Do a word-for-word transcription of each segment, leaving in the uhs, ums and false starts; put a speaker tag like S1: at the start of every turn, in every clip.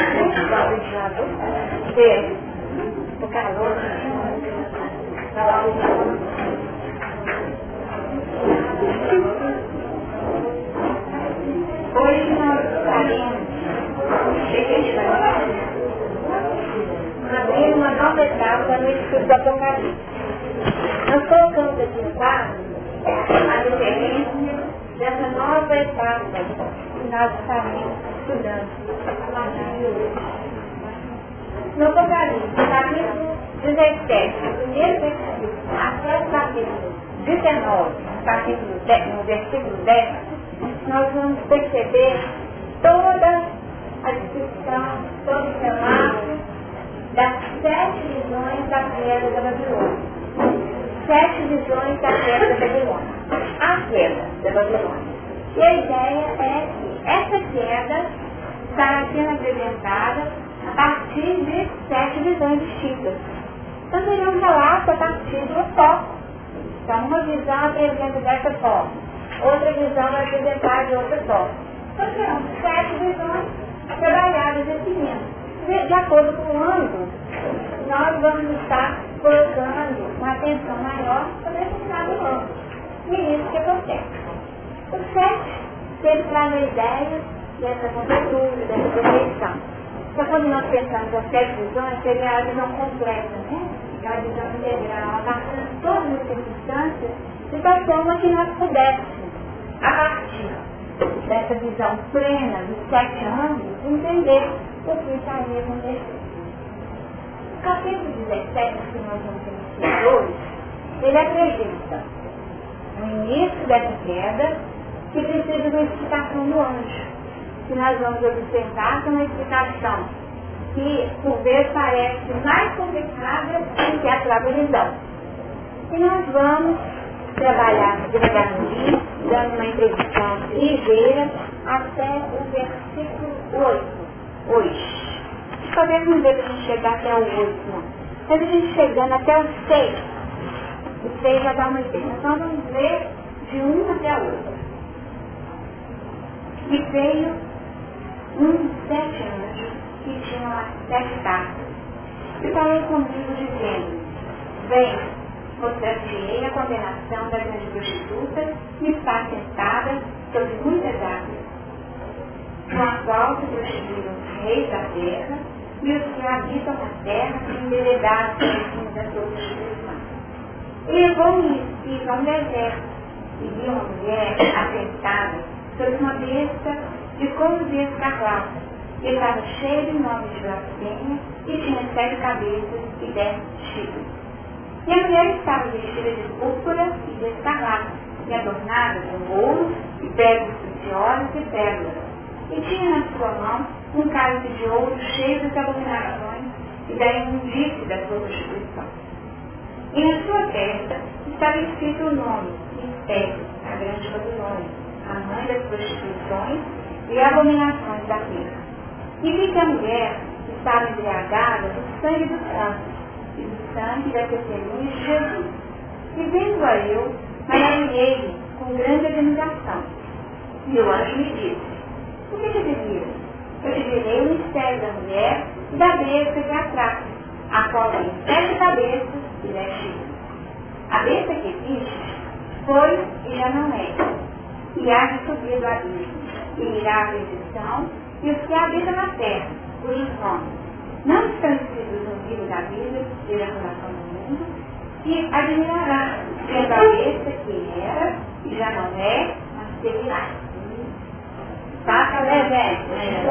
S1: Vê, o calor. Hoje nós estaremos abrir uma nova etapa no estudo do Apocalipse. Nós colocamos aqui no quadro a diferença dessa nova etapa que nós estaremos estudando a partir de hoje. No Apocalipse, capítulo dezessete, primeiro versículo, até o capítulo dezenove, capítulo dez, no versículo dez, nós vamos perceber toda a descrição, todo o relato das sete visões da queda da Babilônia. Sete visões da queda da Babilônia. A queda da Babilônia. E a ideia é que essa queda está sendo apresentada a partir de sete visões distintas. Então, seria um relato a partir de um foco. Então, uma visão apresenta dessa forma, outra visão vai apresentar de outra forma. Então, serão sete visões trabalhadas nesse momento. De, de acordo com o ângulo, nós vamos estar colocando uma atenção maior sobre determinado ângulo. E é isso que acontece. O sete sempre traz a ideia dessa completude, dessa perfeição. Então, quando nós pensamos as sete visões, seria a visão completa, né? A visão integral, abarcando todas as circunstâncias, de tal forma que nós pudéssemos, a partir dessa visão plena dos sete ângulos, entender o que estaria acontecendo. O capítulo dezessete, que nós vamos iniciar hoje, ele apresenta o início dessa queda, que precisa de uma explicação do anjo, que nós vamos observar com uma explicação que, por vezes, parece mais complicada do que a própria visão. E nós vamos trabalhar devagarzinho, dando uma introdução ligeira, até o versículo oito, hoje. Talvez não dê para a gente chegar até o oito, não. Mas a gente chegando até o seis, o seis já dá uma ideia. Então vamos ler de um até o oito. E veio um dos sete anjos que tinham as sete taças. E falou comigo dizendo: vem, mostrar-te-ei a condenação da grande prostituta que está sentada sobre muitas águas, com a qual se prostituíram os reis da terra e os que habitam na terra se enveredaram por cima da sua prostituição. E levou-me a um deserto e vi uma mulher assentada sobre uma besta de cor de escarlate, que estava cheia de nomes de blasfêmia e tinha sete cabeças e dez chifres. E a mulher estava vestida de púrpura e de escarlate, e adornada com ouro e pedras preciosas e pérolas. E tinha na sua mão um cálice de ouro cheio de abominações e da imundície da sua prostituição. E na sua testa estava escrito o nome, Mistério, a grande Babilônia, a mãe das prostituições e abominações da terra. E vi que a mulher estava embriagada do sangue dos santos e do sangue da testemunha de Jesus. E vendo-a eu, maravilhei-me com grande admiração. E o anjo me disse: o que te admiras? Eu te direi o mistério da mulher e da besta que a traz, a qual tem sete cabeças e dez chifres. A besta que existe foi e já não é, e há de subir do abismo, e irá à perdição, e os que habitam na terra, cujos nomes não estão escritos no livro da Bíblia desde a fundação do mundo, e admirará, vendo a besta que era e já não é, mas seguirá. Saca, né, gente?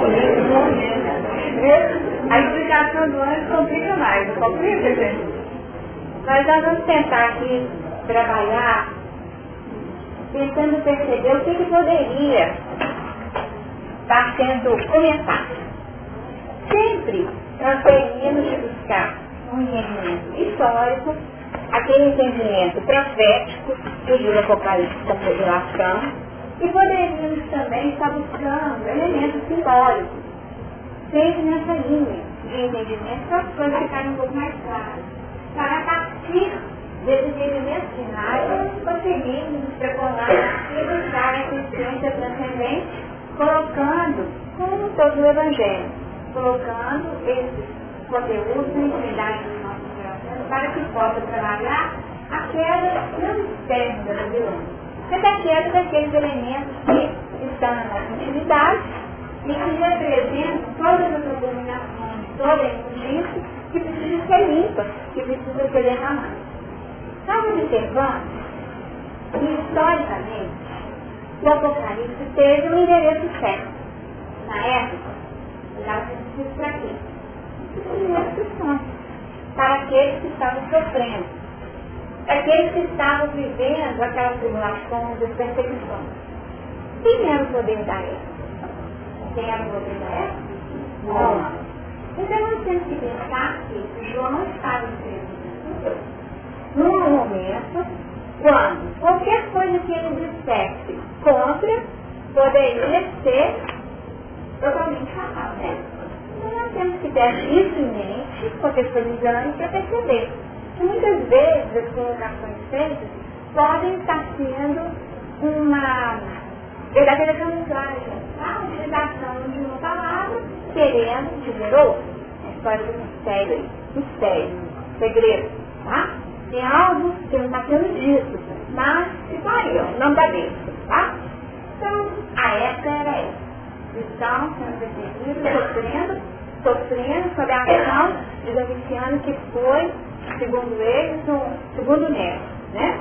S1: A explicação do anjo complica mais, não complica, gente? Mas nós vamos tentar aqui trabalhar tentando perceber o que, que poderia estar sendo comentado. Sempre nós teríamos de buscar um entendimento histórico, aquele entendimento profético que o Apocalipse como revelação, e poderíamos também estar buscando elementos simbólicos, sempre nessa linha de entendimento, para as coisas ficarem um pouco mais claras, para a partir desses entendimentos finais conseguirmos nos preparar e buscar essa experiência transcendente, colocando como todo o Evangelho colocando esses conteúdos na intimidade dos nossos corações para que possa trabalhar a queda não externa da Babilônia, mas a queda daqueles elementos que estão na nossa intimidade e que representam todas as abominações, toda a injustiça que precisa ser limpa, que precisa ser derramada. Nós observamos que, historicamente, o Apocalipse teve um endereço certo. Na época, já se diz para quê? Instruções para aqueles que estavam sofrendo, para aqueles que estavam vivendo aquelas tribulações, as perseguições. Quem era o poder da época? Quem era o poder da época? Roma. Então nós temos que pensar que João não estava escrevendo num momento quando qualquer coisa que ele dissesse contra poderia ser totalmente fatal, né? Então nós temos que ter isso em mente, contextualizando para perceber que muitas vezes as colocações feitas podem estar sendo uma verdadeira camuflagem, a utilização de uma palavra querendo dizer outra. A história do mistério aí, mistério, segredo, tá? Tem algo que não está sendo dito, mas ficou aí, ó, não da besta, tá? Então, a época era essa. Estão sendo perseguidos, sofrendo, sofrendo sob a ação de Domiciano, que foi, segundo eles, um segundo Nero, né?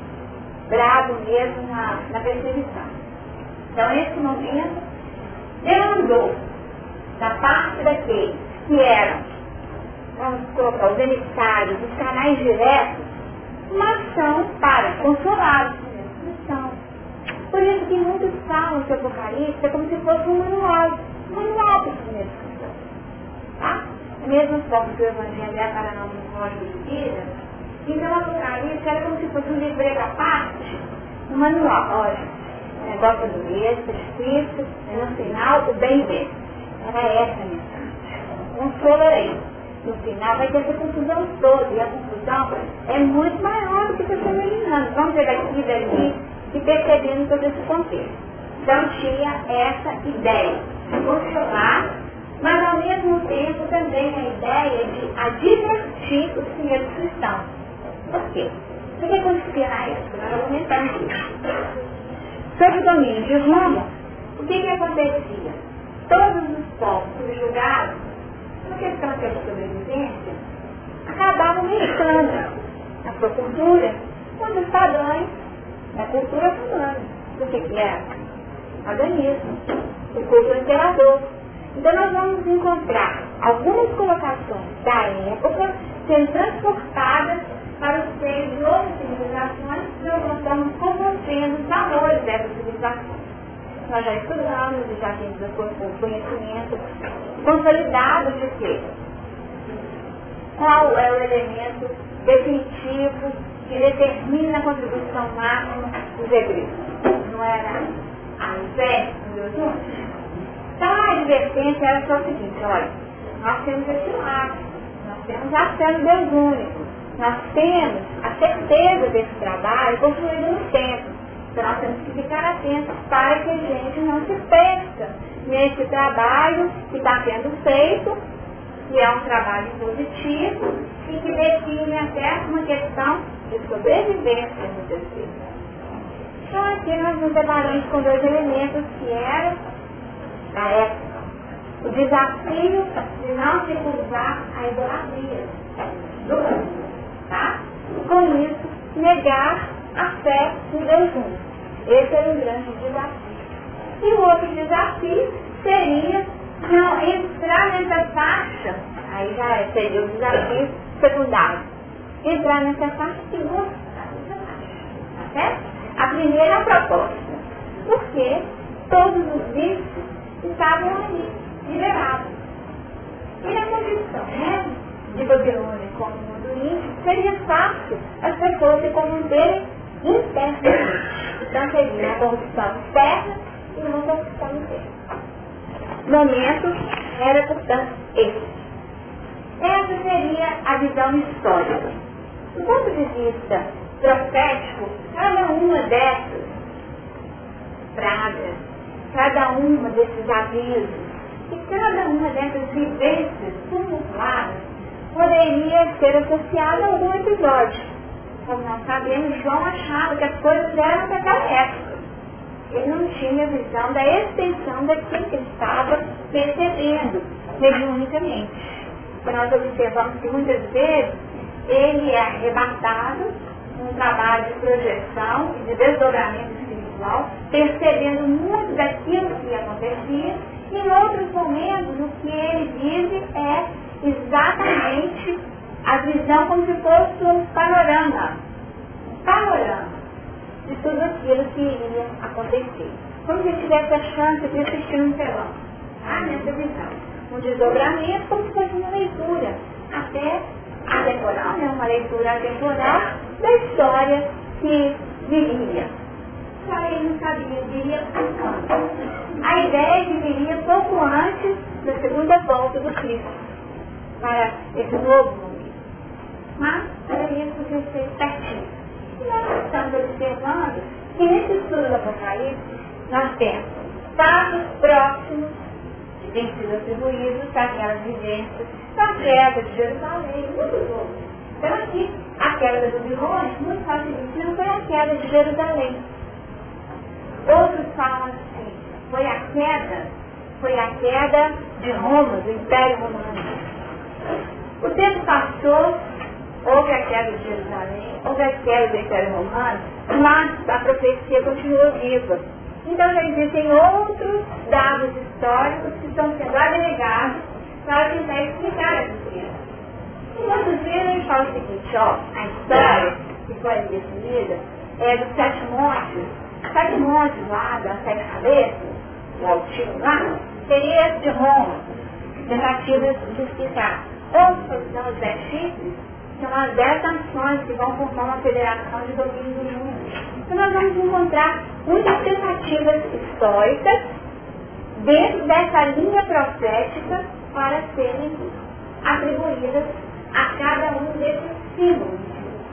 S1: Bravo mesmo na, na perseguição. Então, nesse momento, demandou da parte daqueles que eram, vamos colocar, os emissários, os canais diretos, uma ação para consolá-los nessa missão. Por isso que muitos falam que o Apocalipse é como se fosse um manual, um manual para os primeiros cristãos. Tá? Da mesma forma que o Evangelho é para nós um código de vida, então o Apocalipse era como se fosse um livro à parte, um manual. Olha, o negócio do mês, está escrito, e no final o bem vem. Era essa a mensagem. Consola era isso. No final vai ter essa confusão toda, e a confusão é muito maior do que está sendo eliminando. Vamos ver daqui e dali e percebendo todo esse contexto. Então tinha essa ideia de consolar, mas ao mesmo tempo também a ideia de advertir os primeiros cristãos. Por quê? O que acontecia na época? Nós aumentamos isso. Sob o domínio de Roma, o que, que acontecia? Todos os povos subjugados, por questão de sobrevivência, acabavam mesclando a sua cultura com os padrões da cultura romana. O que, que é? O paganismo, o culto imperador. Então nós vamos encontrar algumas colocações da época sendo transportadas para os seios de outras civilizações, de alguma forma corrompendo os valores dessas civilizações. Nós já estudamos e já temos o conhecimento consolidado de que qual é o elemento definitivo que determina a contribuição máxima dos hebreus. Não era a fé do Deus único? Então a advertência era só o seguinte: olha, nós temos esse lado, nós temos a fé do Deus único, nós temos a certeza desse trabalho concluído no tempo. Então nós temos que ficar atentos para que a gente não se perca nesse trabalho que está sendo feito, que é um trabalho positivo e que define até uma questão de sobrevivência muitas vezes. Então aqui nós nos deparamos com dois elementos que eram, na época, o desafio de não se curvar a idolatria do mundo, tá? Com isso, negar a fé em Deus único. Esse era um grande desafio. E o outro desafio seria não entrar nessa faixa, aí já seria o desafio secundário, entrar nessa faixa e gostar dessa faixa. Tá certo? A primeira é a proposta, porque todos os vícios estavam ali, liberados. E na condição, né, de Babilônia como mundo íntimo, seria fácil as pessoas se corromperem internamente. Então seria uma corrupção externa e uma corrupção interna. O momento era, portanto, esse. Essa seria a visão histórica. Do ponto de vista profético, cada uma dessas pragas, cada uma desses avisos que cada uma dessas vivências tumultuadas poderia ser associada a algum episódio. Como nós sabemos, João achava que as coisas eram daquela época. Ele não tinha visão da extensão daquilo que ele estava percebendo mediunicamente. Então nós observamos que muitas vezes ele é arrebatado num trabalho de projeção e de desdobramento espiritual, percebendo muito daquilo que acontecia, e em outros momentos o que ele vive é exatamente a visão como se fosse um panorama, um panorama de tudo aquilo que iria acontecer. Como se ele tivesse a chance de assistir um telão, tá? Nessa visão. Um desdobramento como se fosse uma leitura, até atemporal, né? Uma leitura atemporal da história que viria. Só ele não sabia, viria quando. A ideia é que viria pouco antes da segunda volta do Cristo, para esse novo mundo. Mas, para isso, podia ser pertinho. E nós estamos observando que nesse estudo do Apocalipse, nós temos fatos próximos que têm sido atribuídos àquelas vivências, a queda de Jerusalém e muitos outros. Então aqui, a queda da Babilônia, muito facilmente, não foi a queda de Jerusalém. Outros falam assim, foi a queda, foi a queda de Roma, do Império Romano. O tempo passou, houve a queda de Jerusalém, houve a queda do Império Romano, mas a profecia continua viva. Então já existem outros dados históricos que estão sendo agregados para tentar explicar essa ciência. E muitas vezes a gente fala o seguinte, ó, a história que foi definida é dos sete montes. Sete montes lá, das sete cabeças, o altivo lá, seria esse de Roma, tentativas de explicar. Outros são os dez chifres, são as dez nações que vão formar uma federação de domínio do mundo. Então nós vamos encontrar muitas tentativas históricas dentro dessa linha profética para serem atribuídas a cada um desses símbolos.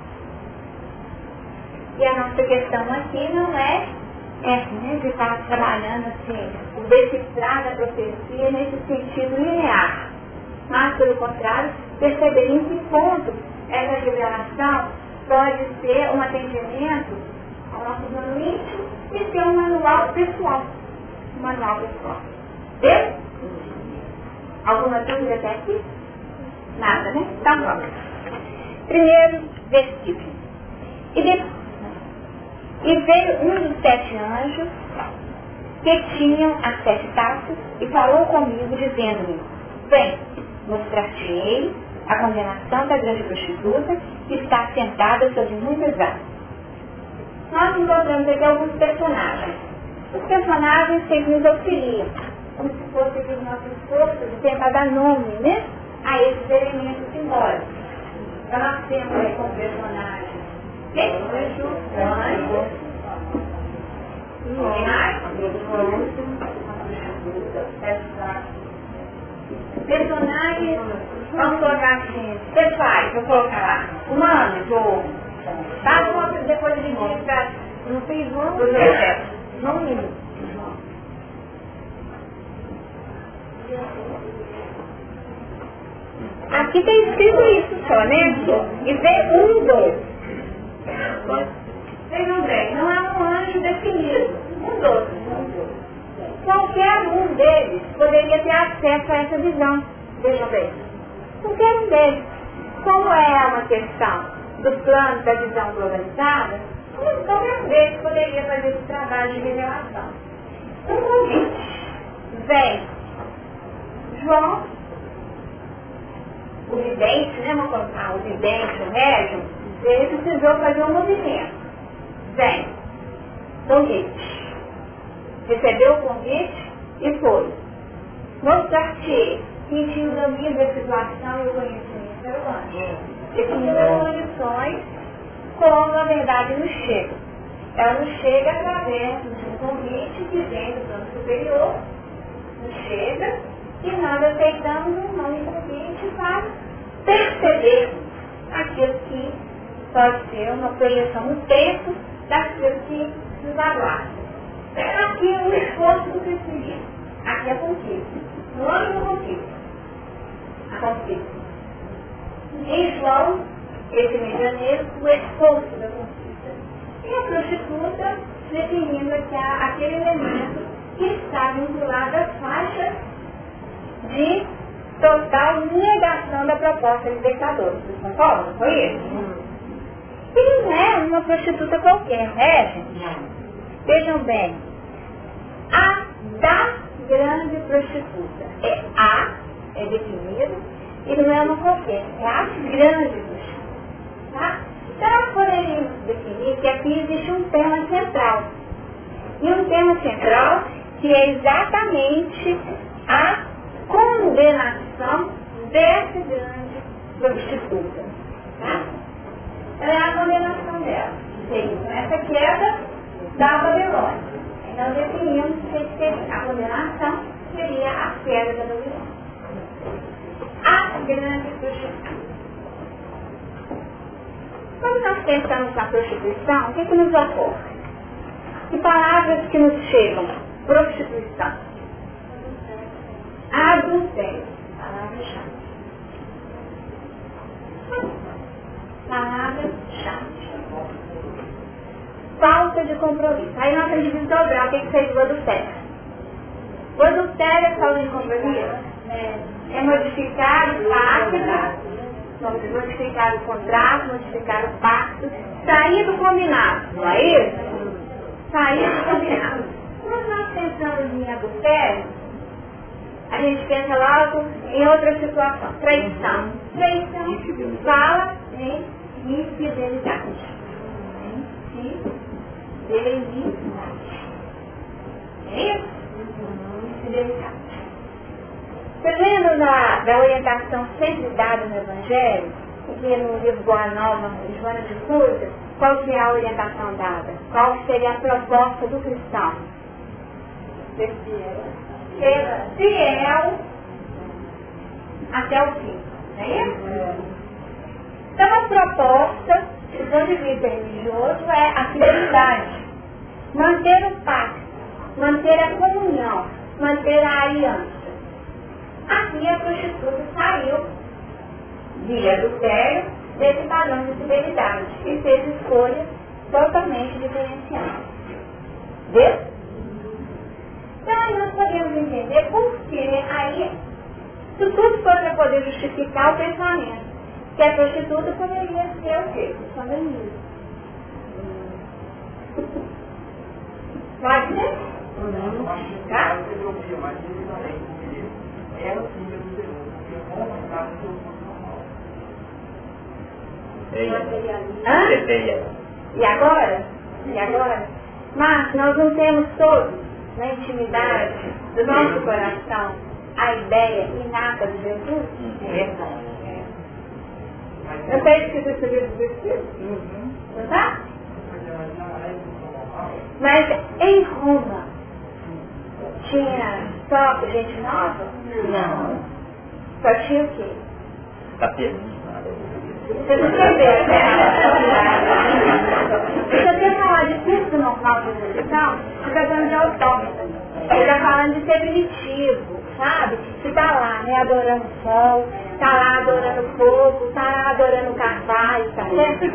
S1: E a nossa questão aqui não é essa, né, de estar trabalhando assim, o decifrar da profecia nesse sentido linear. Mas, pelo contrário, perceber em que ponto essa revelação pode ser um atendimento ao nosso plano íntimo e ser um manual pessoal. Um manual pessoal. Deu? Alguma dúvida até aqui? Nada, né? Então vamos. Primeiro versículo. E, de... e veio um dos sete anjos que tinham as sete taças e falou comigo, dizendo-me, vem, mostrar-te-ei a condenação da grande prostituta que está sentada sobre muitas águas. Nós encontramos aqui alguns personagens. Os personagens que nos auxiliam, como se fosse os nossos esforços de tentar dar nome, né, a esses elementos simbólicos. Então nós temos aí como personagem anjo, anjo, personagens, vamos colocar assim, pessoais, vou colocar lá, humanos, ou tá, depois de mim, para não fiz um dos objetos, não me aqui tem escrito isso só, né? E vem um dos. Vejam bem, não é um anjo definido, um dos. Qualquer um deles poderia ter acesso a essa visão. Vejam bem. Qualquer um deles. Como é uma questão dos planos da visão globalizada, qualquer um deles poderia fazer esse trabalho de revelação. Um convite. Vem João, o vidente, né? Vamos colocar o vidente, o médium, ele precisou fazer um movimento. Vem. Convite. Recebeu o convite e foi. Mostrar-te que tinha o domínio da situação e o conhecimento era o anjo. Definindo as condições como a verdade nos chega. Ela nos chega através de um convite que vem do plano superior, nos chega e nós aceitamos um nome convite para perceber aquilo que pode ser uma projeção no tempo daquilo que nos aguarda. Aqui é um esforço do crescimento. Aqui é conquista. no ano do conflito. A conflito. Em João, esse mês de janeiro, o esforço da conquista. E a prostituta definindo que há aquele elemento que está vinculado às faixas de total negação da proposta libertadora. Vocês concordam? Foi isso? E não é uma prostituta qualquer, é, gente? Vejam bem, a da grande prostituta. É a, é definido, e não é uma qualquer, é a grande prostituta. Tá? Então nós poderíamos definir que aqui existe um tema central. E um tema central que é exatamente a condenação dessa grande prostituta. Tá? É a condenação dela. Seria essa queda da Babilônia. Então definimos que a condenação seria a queda da Babilônia. A grande prostituta. Quando nós pensamos na prostituição, o que, que nos ocorre? Que palavras que nos chegam? Prostituição. Adultério. Palavra-chave. Palavra-chave. Falta de compromisso. Aí nós temos que desdobrar o que, que seja o adultério. O adultério é falta de compromisso? É modificar o pacto, modificar o contrato, modificar o pacto, sair do combinado, não é isso? Sair do combinado. Quando nós pensamos em adultério, a gente pensa logo em outra situação. Traição. Traição fala em infidelidade. Infidelidade. É isso? Infidelidade. Vocês lembram da, da orientação sempre dada no Evangelho? Que no livro Boa Nova, de Joana de Custas, qual que é a orientação dada? Qual seria a proposta do cristão? Ser fiel. Ser fiel até o fim. Não é isso? Então a proposta, do ponto de vista religioso, é a fidelidade. Manter o pacto, manter a comunhão, manter a aliança. Aqui a prostituta saiu de adultério desse padrão de fidelidade e fez escolhas totalmente diferenciadas. Viu? Então nós podemos entender por que aí, se tudo for para poder justificar o pensamento, que a prostituta poderia ser o quê? O sandanismo. Pode ser? Não. Tá? Ela sim deve ser bom, Hã? E agora? E agora? Mas nós não temos todos, na intimidade do nosso coração, a ideia inata de Jesus? Verdade. Eu sei que você sabia do versículo. Não tá? Mas em Roma, tinha só gente nova? Não. Só tinha o quê?
S2: Capeta.
S1: Você não entendeu, né? Se você falar de curso normal de religião, você está falando de autômata. Você está falando de ser primitivo, sabe? Você está lá, né, adorando o sol, está lá adorando o fogo, está lá adorando o carvalho, tá certo?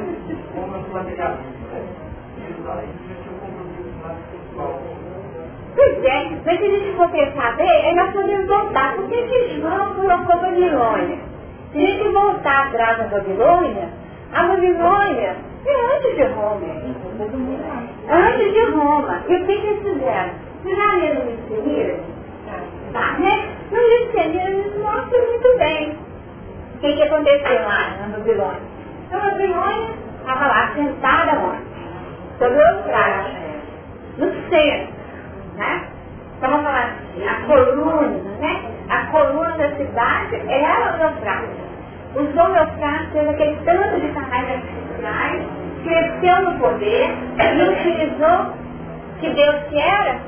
S1: Pois é, mas se a gente for pensar bem, aí nós podemos voltar. Por que que João colocou Babilônia? Se a gente voltar atrás da Babilônia, a Babilônia é antes de Roma. Antes de Roma. E o que que eles fizeram? Vocês já leram o Misterio? Tá, né? No Misterio eles mostram muito bem o que que aconteceu lá na Babilônia. A Babilônia estava lá sentada onde? Sobre o Eufrates. No centro, né? Estamos falando assim, a coluna, né? A coluna da cidade era o Eufrates. Usou o Eufrates, teve aquele tanto de canais artificiais, cresceu no poder e utilizou que Deus que era?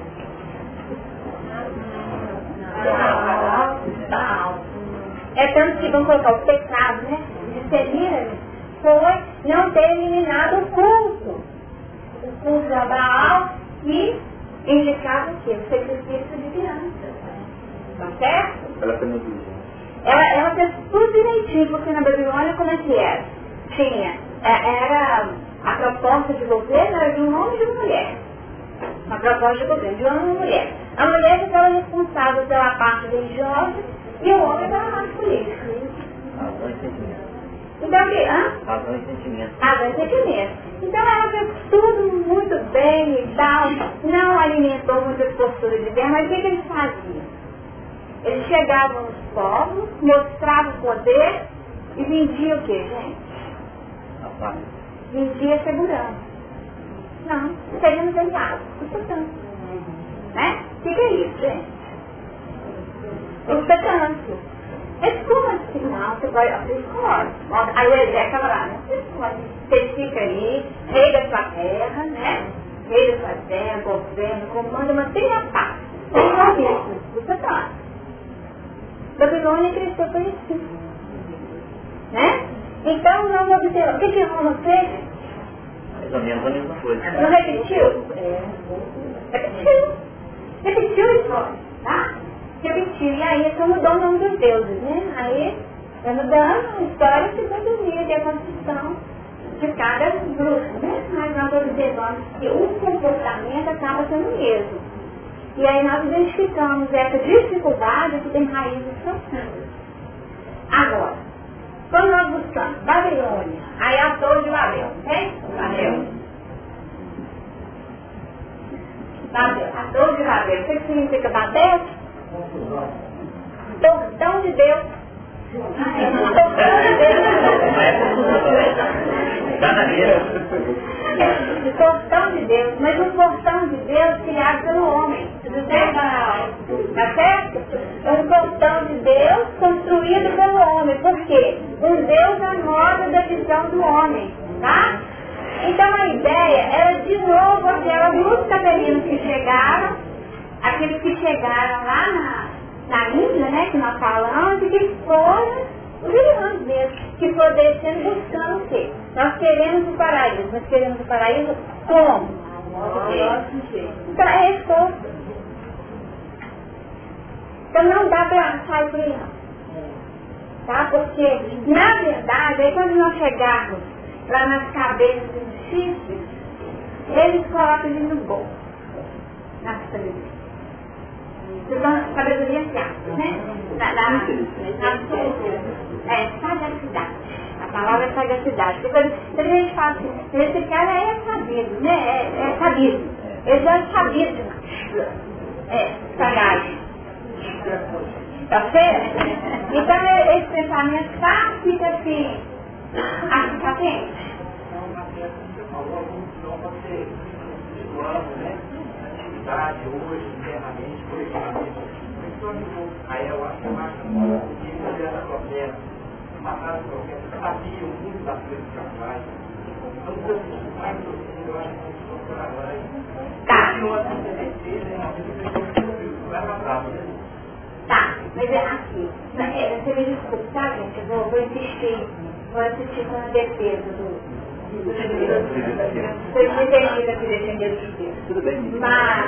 S1: É tanto que vão colocar o pecado, né? De Semira foi não ter eliminado o culto. O culto a Baal que indicava o quê? O sacrifício de crianças. Tá certo?
S2: Ela foi negligente.
S1: Ela, ela fez tudo direitinho, porque na Babilônia como é que era? Tinha, era a proposta de governo era de um homem e de uma mulher. Uma proposta de governo de um homem e uma mulher. A mulher ficava responsável pela parte religiosa e o homem pela parte política.
S2: Razão e sentimento.
S1: Então, que, hã?
S2: Razão e sentimento.
S1: Razão e sentimento. Então ela fez tudo muito bem e tal, não alimentou muitas posturas de bem, mas o que, que eles faziam? Eles chegavam nos povos, mostravam o poder e vendiam o quê, gente?
S2: A paz.
S1: Vendia segurança. Não, seríamos enviados, custa tanto. Né? O que, que é isso, gente? Custa tanto. Mas como assim? Não, você vai, você escolhe. Aí o exército estava lá, né? Você escolhe. Você fica ali, rei da sua terra, né? Rei da sua terra, governo, comanda, mantenha a paz. Não é isso, custa tanto. Babilônia cresceu por isso. Né? Então nós observamos. O que que Roma fez?
S2: Mais ou menos a mesma coisa.
S1: Não repetiu? É. Repetiu. Repetiu a história, tá? Repetiu. E aí só mudou o nome dos deuses, né? Aí vai mudando a história segundo o dia de a construção de cada grupo, né? Mas nós observamos que o comportamento acaba sendo o mesmo. E aí nós identificamos essa dificuldade que tem raízes profundas. Agora, quando nós buscamos Babilônia, aí a Torre de Babel, ok? Babel. Babel, a Torre de Babel. O que significa Babel? Portão de Deus. Portão de Deus.
S2: Está na mesa.
S1: O portão de Deus, mas um portão de Deus criado pelo homem. Tá certo? Um portão de Deus construído pelo homem. Por quê? Um Deus à moda da visão do homem. Tá? Então a ideia era de novo aquelas duas catarinas que chegaram, aqueles que chegaram lá na, na Índia, né, que nós falamos, e que foram os irmãos mesmo, que foram descendo buscando o quê? Nós queremos o paraíso, nós queremos o paraíso como? Então é esforço. Então não dá para sair por aí não. Tá? Porque, na verdade, aí quando nós chegarmos lá nas cabeças dos chifres, eles colocam ele no bolso, na sabedoria. Então, sabedoria fiável, né? Na, na, na, é, sagacidade. A palavra é sagacidade. Porque quando, quando a gente fala assim, esse cara é sabido, né? É, é sabido. Ele já é sabido demais. É, sagaz. Tá certo? Então, esse pensamento tá, fica assim, assim, tá quente.
S3: Hoje, internamente, coletivamente, aí eu acho que eu acho que o da promessa, o passado da promessa, sabia muito das coisas que ela faz. Então, eu acho que eu acho que agora
S1: Tá. Tá, mas é aqui. Você me desculpe, tá, gente? Eu vou, vou insistir. Vou assistir com a defesa do. Vocês não entenderam que defender os judeus.
S2: Tudo bem.
S1: Mas,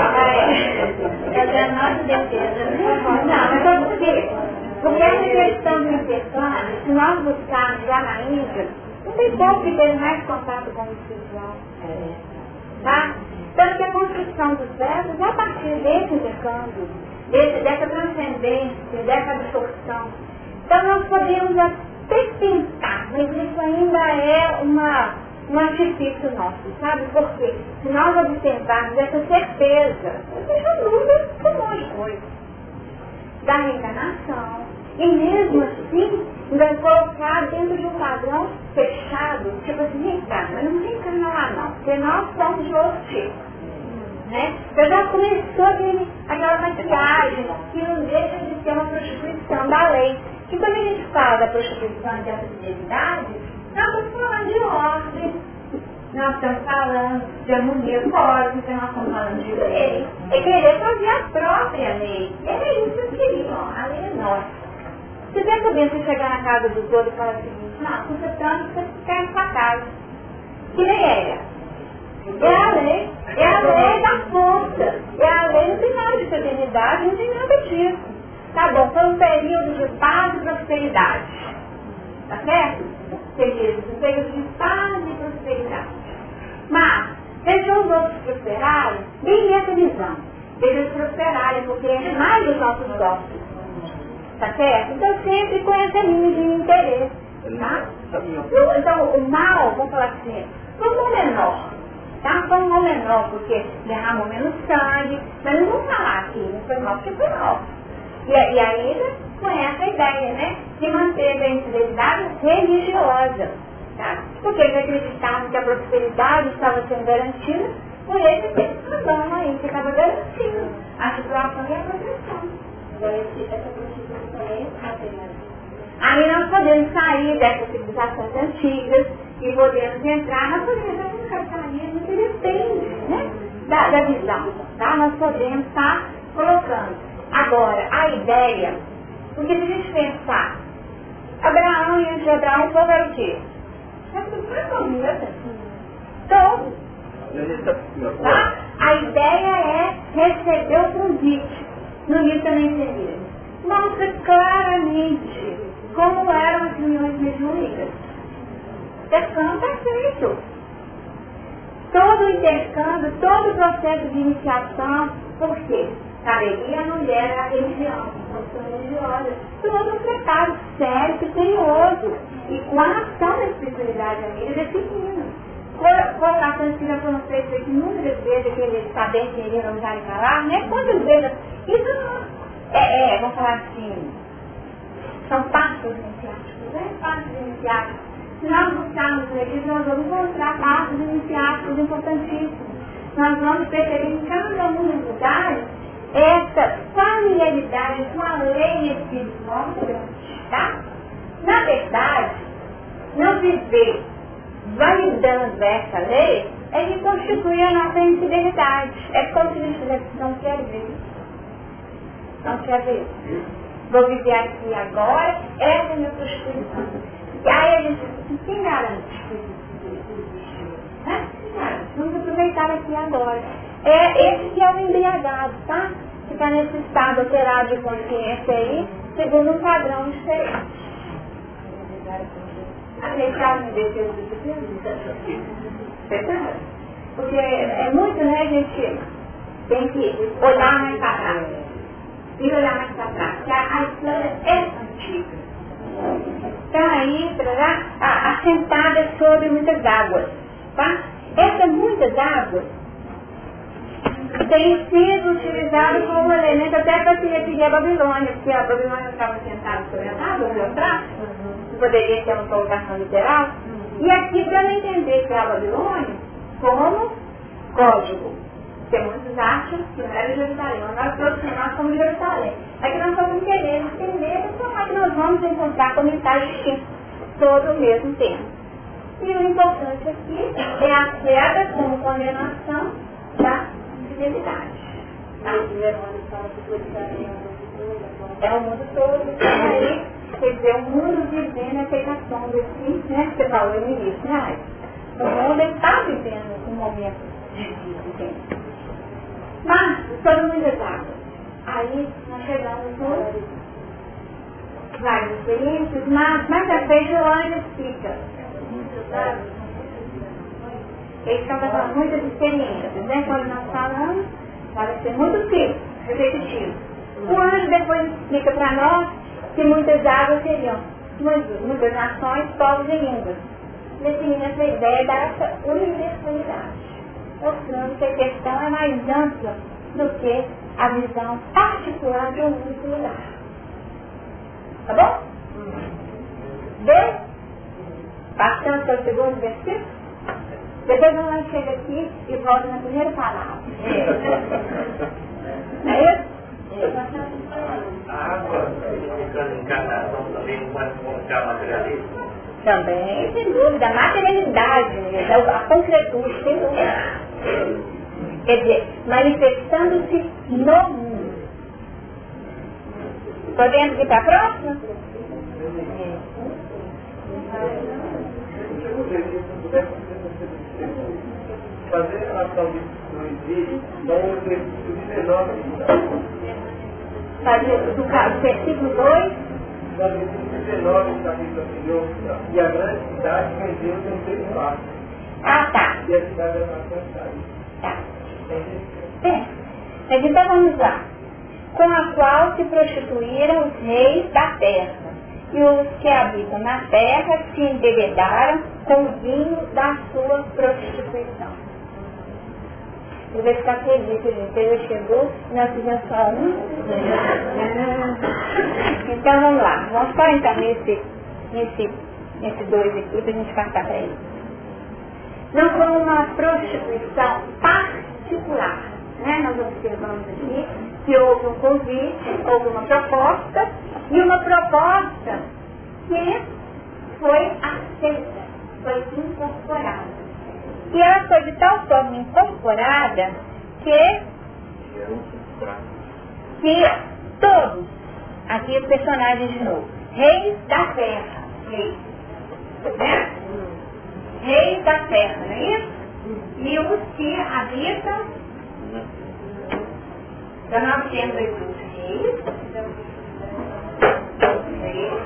S1: é a nossa defesa. Não, mas vamos ver. Porque essa questão do intercâmbio, se nós buscarmos lá na Índia, não tem pouco que ter mais contato com o espiritual. Tá? Tanto que a construção dos versos é a partir desse intercâmbio, desse, dessa transcendência, dessa absorção. Então nós podemos até tentar, mas isso ainda é uma, um artifício nosso, sabe? Porque se nós observarmos essa certeza, você já dúvida com um monte de coisa. Da reencarnação. E mesmo assim, vai colocar dentro de um padrão fechado, tipo assim, reencarna, mas não reencarna lá não, porque nós somos de outro tipo. Né? Então já começou aquele, aquela maquiagem que não deixa de ser uma prostituição da lei. Que quando a gente fala da prostituição de afetividade, nós estamos falando de ordem, nós estamos falando de harmonia cósmica, nós estamos falando de lei. É querer fazer a própria lei. E é isso que eles queriam, a lei é nossa. Você vê que bem você chegar na casa dos outros e falar o seguinte, não, custa tanto que você ficar em sua casa. Que lei é? É a lei, é a lei da força, é a lei, não tem nada de fraternidade, não tem nada disso. Tá bom, foi prosperidade. Tá certo? Feliz, um período de paz e prosperidade. Mas, deixa os outros prosperarem, bem nessa visão. Deixa eles prosperarem, porque é mais dos nossos gostos. Tá certo? Então, sempre com essa linha de interesse. Tá? Então, o mal, vamos falar assim, foi um menor. Tá? Foi um menor, porque derramou menos sangue. Mas não vamos falar aqui, não foi mal, porque foi mal. E, e ainda com essa ideia, né? De manter a integridade religiosa. Tá? Porque eles acreditavam que a prosperidade estava sendo garantida por esse cidadão aí, que estava garantindo a situação e a proteção. Agora, essa prostituição é materialista. Aí nós podemos sair dessas civilizações antigas e podemos entrar na política do capitalismo, que depende, né, da, da visão. Tá? Nós podemos estar colocando. Agora, a ideia, porque se a gente pensar, Abraão e antes de Abraão, qual era o quê? Foi comida. Então, tá? A ideia é receber o convite. No livro também seria. Mostra claramente como eram as reuniões mediúnicas. Intercâmbio é feito. Todo o intercâmbio, todo o processo de iniciação, por quê? Caberia a mulher a religião, a função religiosa. Todo um preparo sério, criterioso. E com a ação da espiritualidade amiga definindo. Colocações que já foram feitas inúmeras vezes, aquele saber que ele não usar e falar, né? Quantas vezes? Isso não é, é, vamos falar assim, são passos iniciáticos, né? Passos iniciáticos. Se nós buscarmos aqui, nós vamos encontrar passos iniciáticos importantíssimos. Nós vamos perceber em cada um dos lugares essa familiaridade com a lei espiritual muito grande, tá? Na verdade, não viver validando essa lei é que constitui a nossa infidelidade. É como se a gente dissesse, não quero ver. Não quero ver. Vou viver aqui agora, essa é a minha constituição. E aí a gente diz, quem garante que existe? Né? Quem garante? Vamos aproveitar aqui agora. É esse que é o embriagado, tá? Que está nesse estado alterado de consciência aí, segundo um padrão diferente. A gente já me deu verdade? Porque é muito, né, a gente tem que olhar mais para trás. E olhar mais para trás. Porque a, a história é antiga. Está aí, para assentada sobre muitas águas. Tá? Essas muitas águas têm sido utilizadas como elemento até para se referir a Babilônia, porque a Babilônia estava sentada sobre as águas, viu atrás? Poderia ter uma colocação literal. E aqui para não entender que é a Babilônia como código. Porque muitos acham que não era Jerusalém, mas nós todos nós somos Jerusalém. Aqui nós vamos querer entender como é que nós vamos encontrar como está distinto todo o mesmo tempo. E o importante aqui é a queda como condenação da fidelidade. Tá? É o mundo todo, então aí, quer dizer, o mundo vivendo a aceitação desse, né, que você falou no início, né? O mundo está vivendo um momento difícil. Mas, sobre muitas águas, aí nós chegamos por várias experiências, mas mais à frente o Ana explica. Eles estão fazendo muitas experiências, né? Quando nós falamos, vai ser muito simples, repetitivo. O anjo depois explica para nós que muitas águas seriam muitas, muitas nações, povos e línguas, definindo essa ideia dessa universalidade, mostrando que a questão é mais ampla do que a visão particular de um único lugar. Tá bom? Deu? Passando para o segundo versículo? Depois nós chega aqui e volta na primeira palavra. Não é isso?
S3: A água, ficando em encarnação, também pode comunicar materialismo?
S1: Também, sem dúvida, a materialidade, a concretude, sem dúvida. Quer dizer, manifestando-se no mundo. Podemos ir para a próxima?
S3: Fazer a ação do exílio, dá um exercício dezenove.
S1: Fazer do versículo dois
S3: no versículo dezenove do capítulo anterior, e a grande cidade vendeu sem ter espaço.
S1: Ah, tá.
S3: E a cidade era alcançada.
S1: Tá. É. Mas então vamos lá. Com a qual se prostituíram os reis da terra, e os que habitam na terra se embebedaram com o vinho da sua prostituição. Eu vou ficar feliz, gente. Ele chegou, nós fizemos só um. Então vamos lá. Vamos só entrar nesse, nesse, nesse dois aqui para a gente passar para ele. Não foi uma prostituição particular. Né? Nós observamos aqui que houve um convite, houve uma proposta, e uma proposta que foi aceita, foi incorporada. E ela foi de tal forma incorporada que, que todos, aqui os personagens de novo, reis da terra, reis, né? Reis da terra, não é isso? E os que habitam, então nós temos aqui os reis, reis,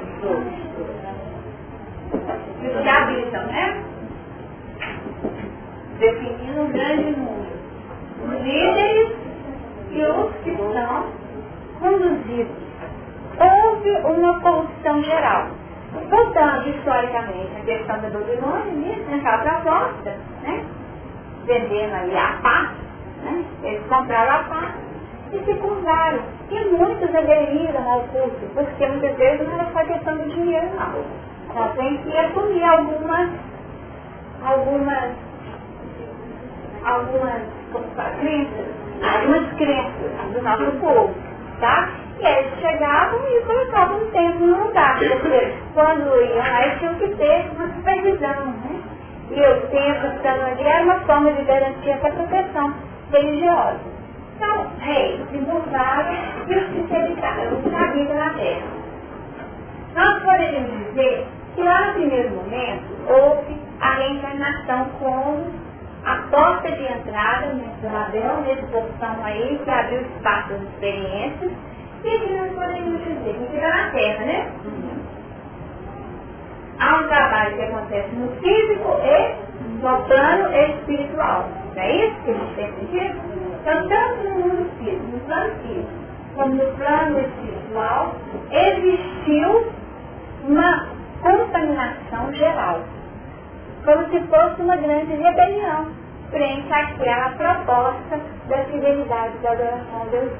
S1: e os que habitam, né? Definindo um grande número. Os líderes e os que são conduzidos. Houve uma corrupção geral. Voltando historicamente a questão da Babilônia, nisso, naquela proposta, né? Vendendo ali a paz, né? Eles compraram a paz e se curvaram. E muitos aderiram ao culto, porque muitas vezes não era só questão de dinheiro, não. Nós temos que assumir algumas, algumas, algumas crenças, algumas crenças do nosso povo, tá? E eles chegavam e colocavam um tempo no lugar, porque quando iam lá eles tinham que ter uma supervisão, né? E o tempo estando ali era uma forma de garantir essa proteção religiosa. Então, reis se burlaram e os que se habitaram, os que habitam na terra. Nós poderíamos dizer que lá no primeiro momento houve a reencarnação como a porta de entrada nesse ladrão, nesse portão aí, que abriu espaço das experiências, e que nós poderíamos dizer que fica na terra, né? Há um trabalho que acontece no físico e no plano espiritual. Não é isso que a gente tem sentido? Então, tanto no mundo físico, no plano físico, como no plano espiritual, existiu uma contaminação geral. Como se fosse uma grande rebelião frente àquela proposta da fidelidade da adoração a Deus.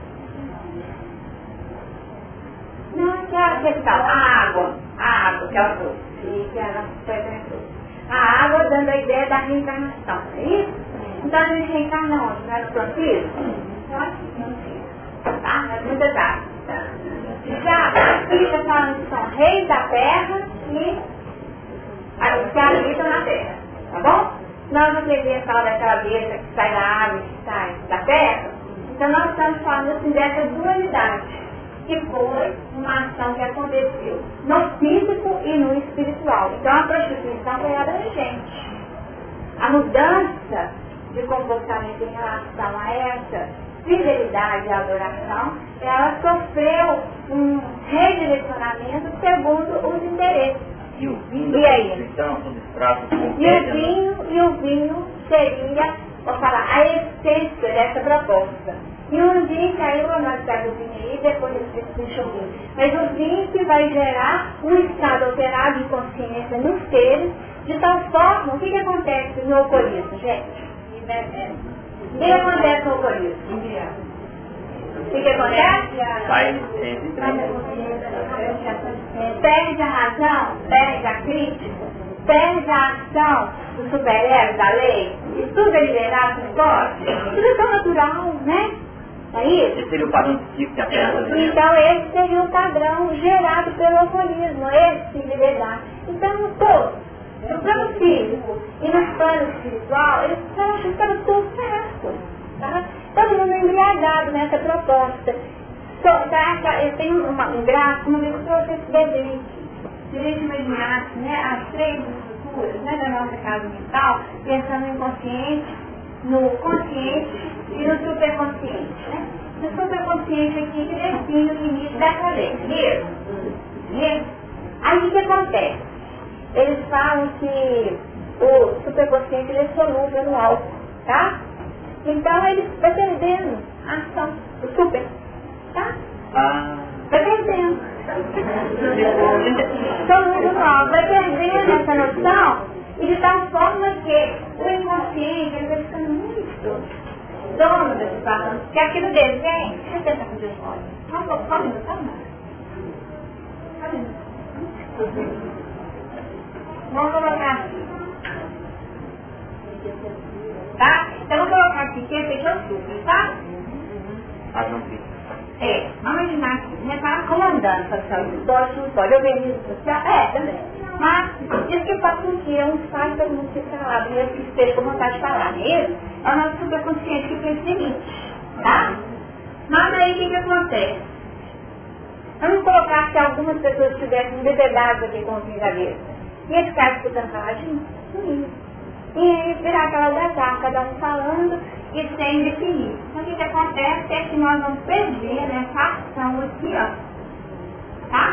S1: Não, que a, que tal, a água, a água que ela trouxe, e que ela foi trouxe. A água dando a ideia da reencarnação, não é isso? Então a gente reencarna onde? Nas plantas? Pode? Não sei. Tá? Nas muitas águas. Já aqui está falando que são reis da terra e os que habitam na terra, tá bom? Nós não queremos falar daquela besta que sai da água e que sai da terra, então nós estamos falando assim dessa dualidade, que foi uma ação que aconteceu no físico e no espiritual. Então a prostituição foi abrangente. A mudança de comportamento em relação a essa fidelidade e adoração, ela sofreu um redirecionamento segundo os interesses.
S2: E o vinho,
S1: e aí?
S2: Então, substrato
S1: E o vinho, e o vinho seria, vou falar, a essência dessa proposta. E um vinho que aí eu nós pegamos o vinho aí, depois eu explico o vinho. Mas o vinho que vai gerar um estado alterado de consciência nos seres, de tal forma, o que, que acontece no alcoolismo, gente? O que, que acontece no alcoolismo? O que, que acontece?
S2: Vai sempre.
S1: Perde a razão, perde a crítica, perde a ação do superego da lei, e tudo é liberado no corte, tudo é tão natural, né? É isso?
S2: Esse seria o padrão psíquico que a terra tem.
S1: Então esse seria o padrão gerado pelo alcoolismo, esse de liberdade. Então todos, no plano físico e no plano espiritual, eles estão achando que estava tudo certo. Tá? Todo mundo embriagado nessa proposta. So, tá, eu tenho uma, um gráfico, uma vez que eu trouxe esse desenho aqui. Se a gente imaginasse, né, as três estruturas, né, da nossa casa mental, pensando no inconsciente, no consciente e no superconsciente, né? No superconsciente aqui que define o limite dessa lei, mesmo. conhecimento, aí o que acontece? Eles falam que o superconsciente ele é solúvel no álcool, tá? Então ele vai perdendo a ação do super, tá?
S2: Ah.
S1: Vai perdendo. Solúvel no álcool, vai perdendo essa noção e de tal forma que o inconsciente ele vai ficando muito dono desse espaço. Porque aqui no desenho, deixa eu tentar fazer os olhos. Não, não, só um minuto, só um minuto. Só um minuto. Vamos colocar aqui. Tá? Então eu vou colocar aqui que é feito ao super, tá?
S2: Ah, não vi.
S1: É, vamos imaginar aqui, né? Tá comandando social histórico, pode organismo social, é, também. Mas isso que faz com que é um espaço todo mundo ser calado, mesmo que esteja com vontade de falar mesmo, é o nosso superconsciente que pensa o seguinte, tá? Mas aí o que que acontece? Vamos colocar que algumas pessoas tivessem bebedados aqui com os brincadeiros. E esse cara escutando falar de mim. E aí virar aquela gazarra, cada um falando e sem definir. Então o que que acontece é que nós vamos perder nessa ação aqui, ó. Tá?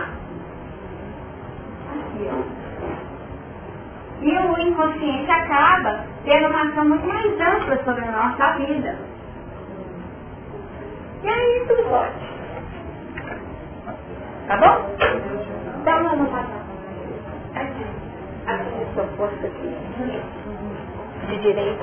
S1: Aqui, ó. E o inconsciente acaba tendo uma ação muito mais ampla sobre a nossa vida. E aí tudo pode. Tá bom? Então vamos passar. Aqui. Aqui eu sou posto aqui. De direita.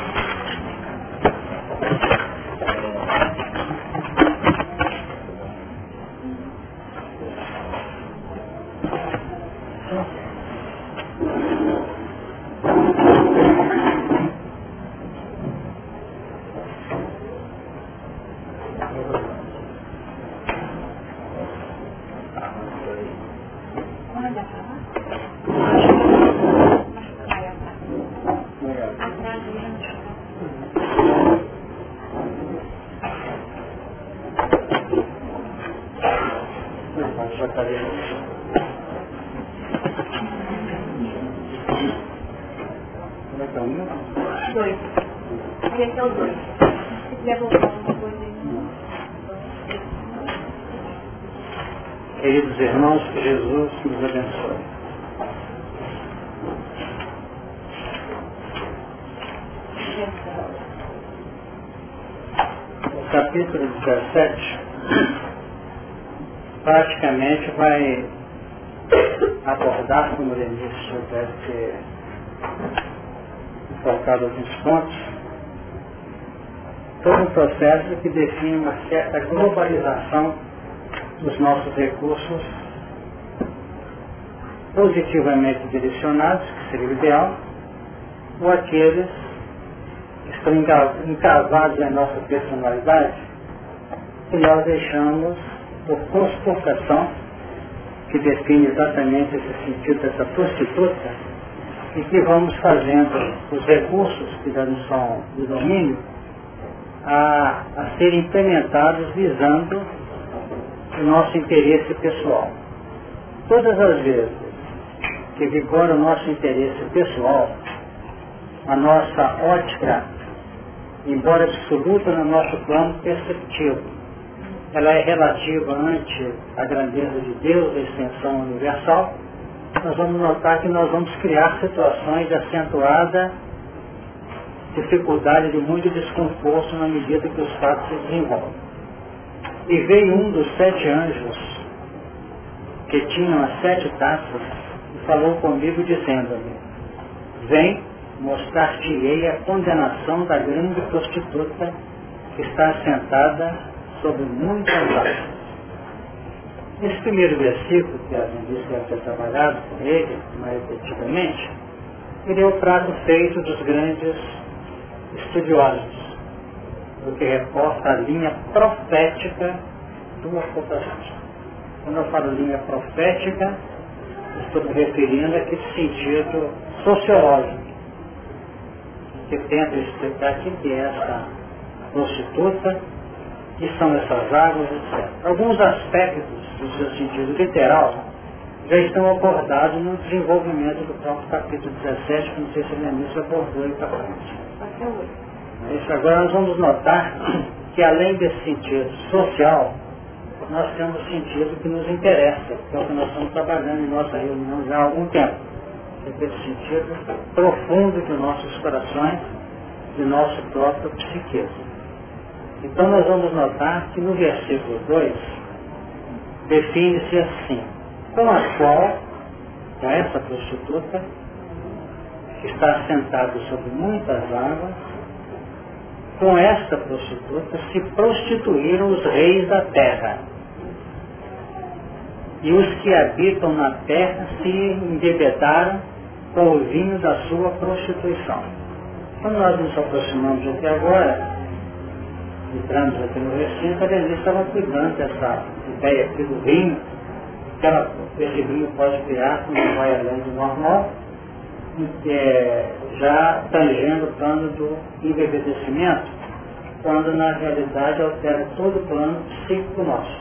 S1: Dois. Aí esse é o dois. Se quiser voltar uma coisa aí.
S4: Queridos irmãos, que Jesus nos abençoe. O capítulo dezessete praticamente vai abordar, como o Denise deve ter colocado alguns pontos, todo um processo que define uma certa globalização dos nossos recursos positivamente direcionados, que seria o ideal, ou aqueles que estão encavados em nossa personalidade, que nós deixamos por conspiração, que define exatamente esse sentido dessa prostituta, e que vamos fazendo os recursos que já não são do domínio a, a serem implementados visando o nosso interesse pessoal. Todas as vezes que vigora o nosso interesse pessoal, a nossa ótica, embora absoluta no nosso plano perceptivo, ela é relativa ante a grandeza de Deus, a extensão universal, nós vamos notar que nós vamos criar situações de acentuada dificuldade, de muito desconforto na medida que os fatos se desenvolvem. E veio um dos sete anjos que tinham as sete taças e falou comigo dizendo-me: vem, mostrar-te-ei a condenação da grande prostituta que está assentada sobre muitas taças. Esse primeiro versículo, que a gente disse que deve ter trabalhado com ele mais efetivamente, ele é o prato feito dos grandes estudiosos, o que reporta a linha profética do Apocalipse. Quando eu falo linha profética, estou me referindo àquele sentido sociológico, que tenta explicar o que é essa prostituta, que são essas águas, etcétera. Alguns aspectos do seu sentido literal já estão abordados no desenvolvimento do próprio capítulo dezessete, que não sei se a ministra abordou aí para frente. Isso agora nós vamos notar que além desse sentido social, nós temos sentido que nos interessa, que é o que nós estamos trabalhando em nossa reunião já há algum tempo. Esse sentido profundo de nossos corações, de nosso próprio psiquismo. Então nós vamos notar que no versículo dois define-se assim, com a qual, com essa prostituta, que está sentada sobre muitas águas, com esta prostituta se prostituíram os reis da terra. E os que habitam na terra se embebedaram com o vinho da sua prostituição. Quando nós nos aproximamos aqui agora, entramos aqui no recinto, a Denise estava cuidando dessa ideia aqui do vinho, que ela, esse vinho pode criar quando vai além do normal, é, já tangendo o plano do embebedecimento, quando na realidade altera todo o plano psíquico nosso.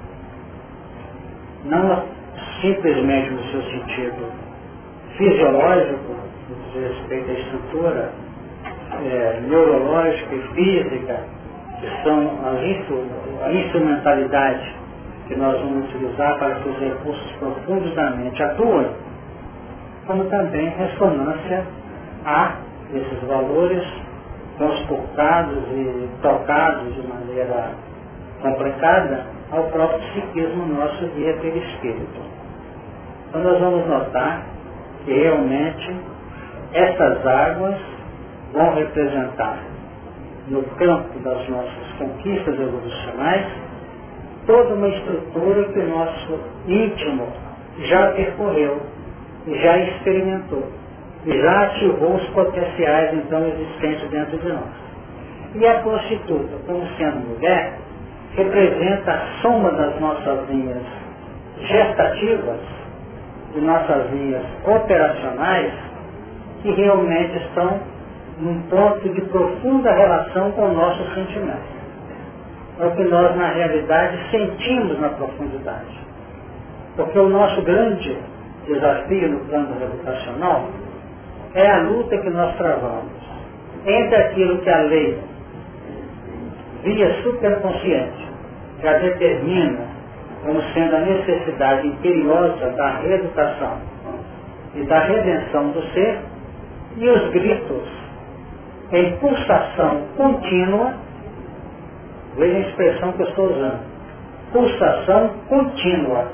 S4: Não simplesmente no seu sentido fisiológico, no que diz respeito à estrutura é, neurológica e física, que são a instrumentalidade que nós vamos utilizar para que os recursos profundos da mente atuem, como também ressonância a esses valores transportados e tocados de maneira complicada ao próprio psiquismo nosso via pelo espírito. Então nós vamos notar que realmente essas águas vão representar no campo das nossas conquistas evolucionais toda uma estrutura que o nosso íntimo já percorreu, já experimentou, e já ativou os potenciais então existentes dentro de nós. E a prostituta, como sendo mulher, representa a soma das nossas linhas gestativas, de nossas linhas operacionais, que realmente estão num ponto de profunda relação com o nosso sentimento. É o que nós, na realidade, sentimos na profundidade. Porque o nosso grande desafio no plano reputacional é a luta que nós travamos entre aquilo que a lei, via superconsciente, já determina como sendo a necessidade imperiosa da reeducação e da redenção do ser, e os gritos em pulsação contínua, veja a expressão que eu estou usando, pulsação contínua,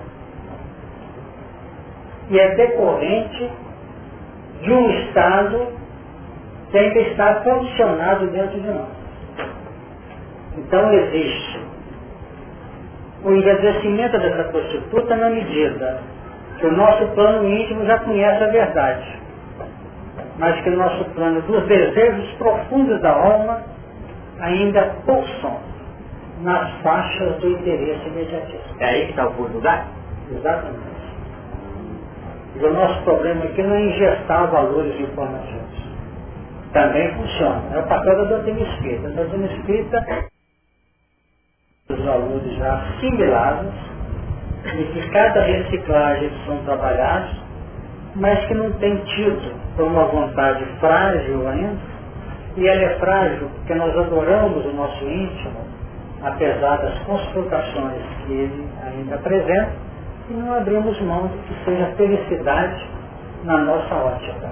S4: e é decorrente de um estado que ainda está condicionado dentro de nós. Então existe o engrandecimento dessa prostituta na medida que o nosso plano íntimo já conhece a verdade, mas que o nosso plano dos desejos profundos da alma ainda pulsam nas faixas do interesse imediatista.
S2: É aí que está o pulo do gato?
S4: Exatamente. E o nosso problema aqui não é ingestar valores informativos. Também funciona. É o papel da doutrina espírita. A doutrina espírita, os valores já assimilados, e que cada reciclagem são trabalhados, mas que não tem tido por uma vontade frágil ainda, e ela é frágil porque nós adoramos o nosso íntimo, apesar das conspirações que ele ainda apresenta, e não abrimos mão de que seja felicidade na nossa ótica,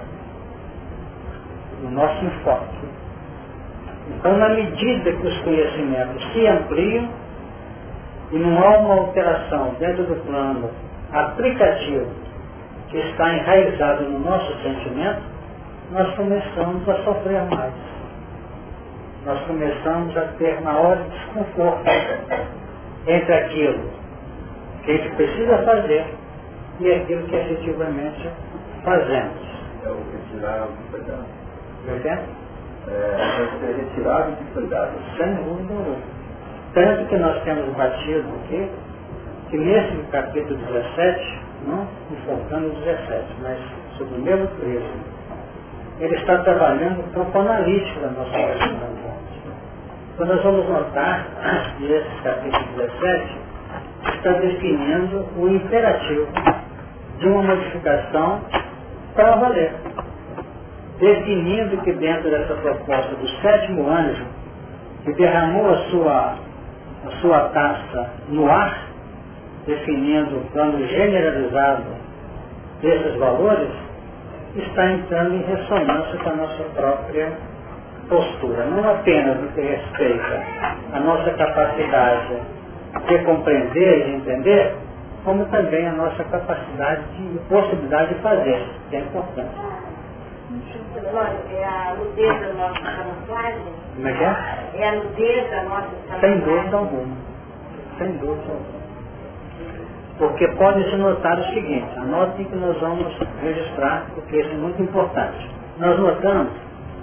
S4: no nosso enfoque. Então, na medida que os conhecimentos se ampliam e não há uma alteração dentro do plano aplicativo que está enraizado no nosso sentimento, nós começamos a sofrer mais. Nós começamos a ter maior desconforto entre aquilo que a gente precisa fazer e aquilo que efetivamente fazemos.
S3: É o retirar o cuidado.
S4: Entende?
S3: É retirar o cuidado.
S4: Sem dúvida alguma. Tanto que nós temos batido aqui, que nesse capítulo dezessete, não enfocando o dezessete, mas sobre o mesmo prisma, ele está trabalhando o campo analítico da nossa personalidade. Então nós vamos notar que esse capítulo dezessete está definindo o imperativo de uma modificação para valer. Definindo que dentro dessa proposta do sétimo anjo, que derramou a sua, a sua taça no ar, definindo o plano generalizado desses valores, está entrando em ressonância com a nossa própria postura, não apenas no que respeita à nossa capacidade de compreender e de entender, como também a nossa capacidade de possibilidade de fazer, que é importante.
S1: É a nudez da nossa camuflagem?
S4: Como é que é?
S1: É a nudez da nossa camuflagem?
S4: Sem dúvida alguma. Sem dúvida alguma. Porque pode se notar o seguinte, anotem que nós vamos registrar, porque isso é muito importante. Nós notamos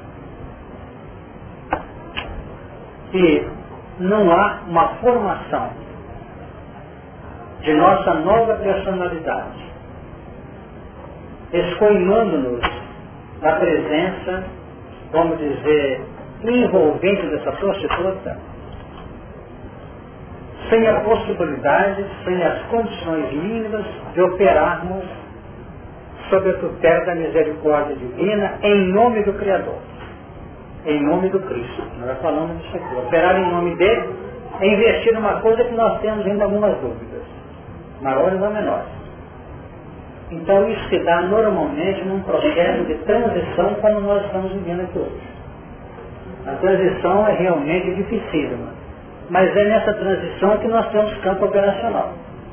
S4: que não há uma formação de nossa nova personalidade, escoimando-nos na presença, vamos dizer, envolvente dessa prostituta, sem a possibilidade, sem as condições mínimas de operarmos sob a tutela da misericórdia divina em nome do Criador, em nome do Cristo. Nós falamos disso aqui. Operar em nome dele é investir numa coisa que nós temos ainda algumas dúvidas, maiores ou menores. Então isso se dá normalmente num processo de transição como nós estamos vivendo aqui hoje. A transição é realmente dificílima. Mas é nessa transição que nós temos campo operacional.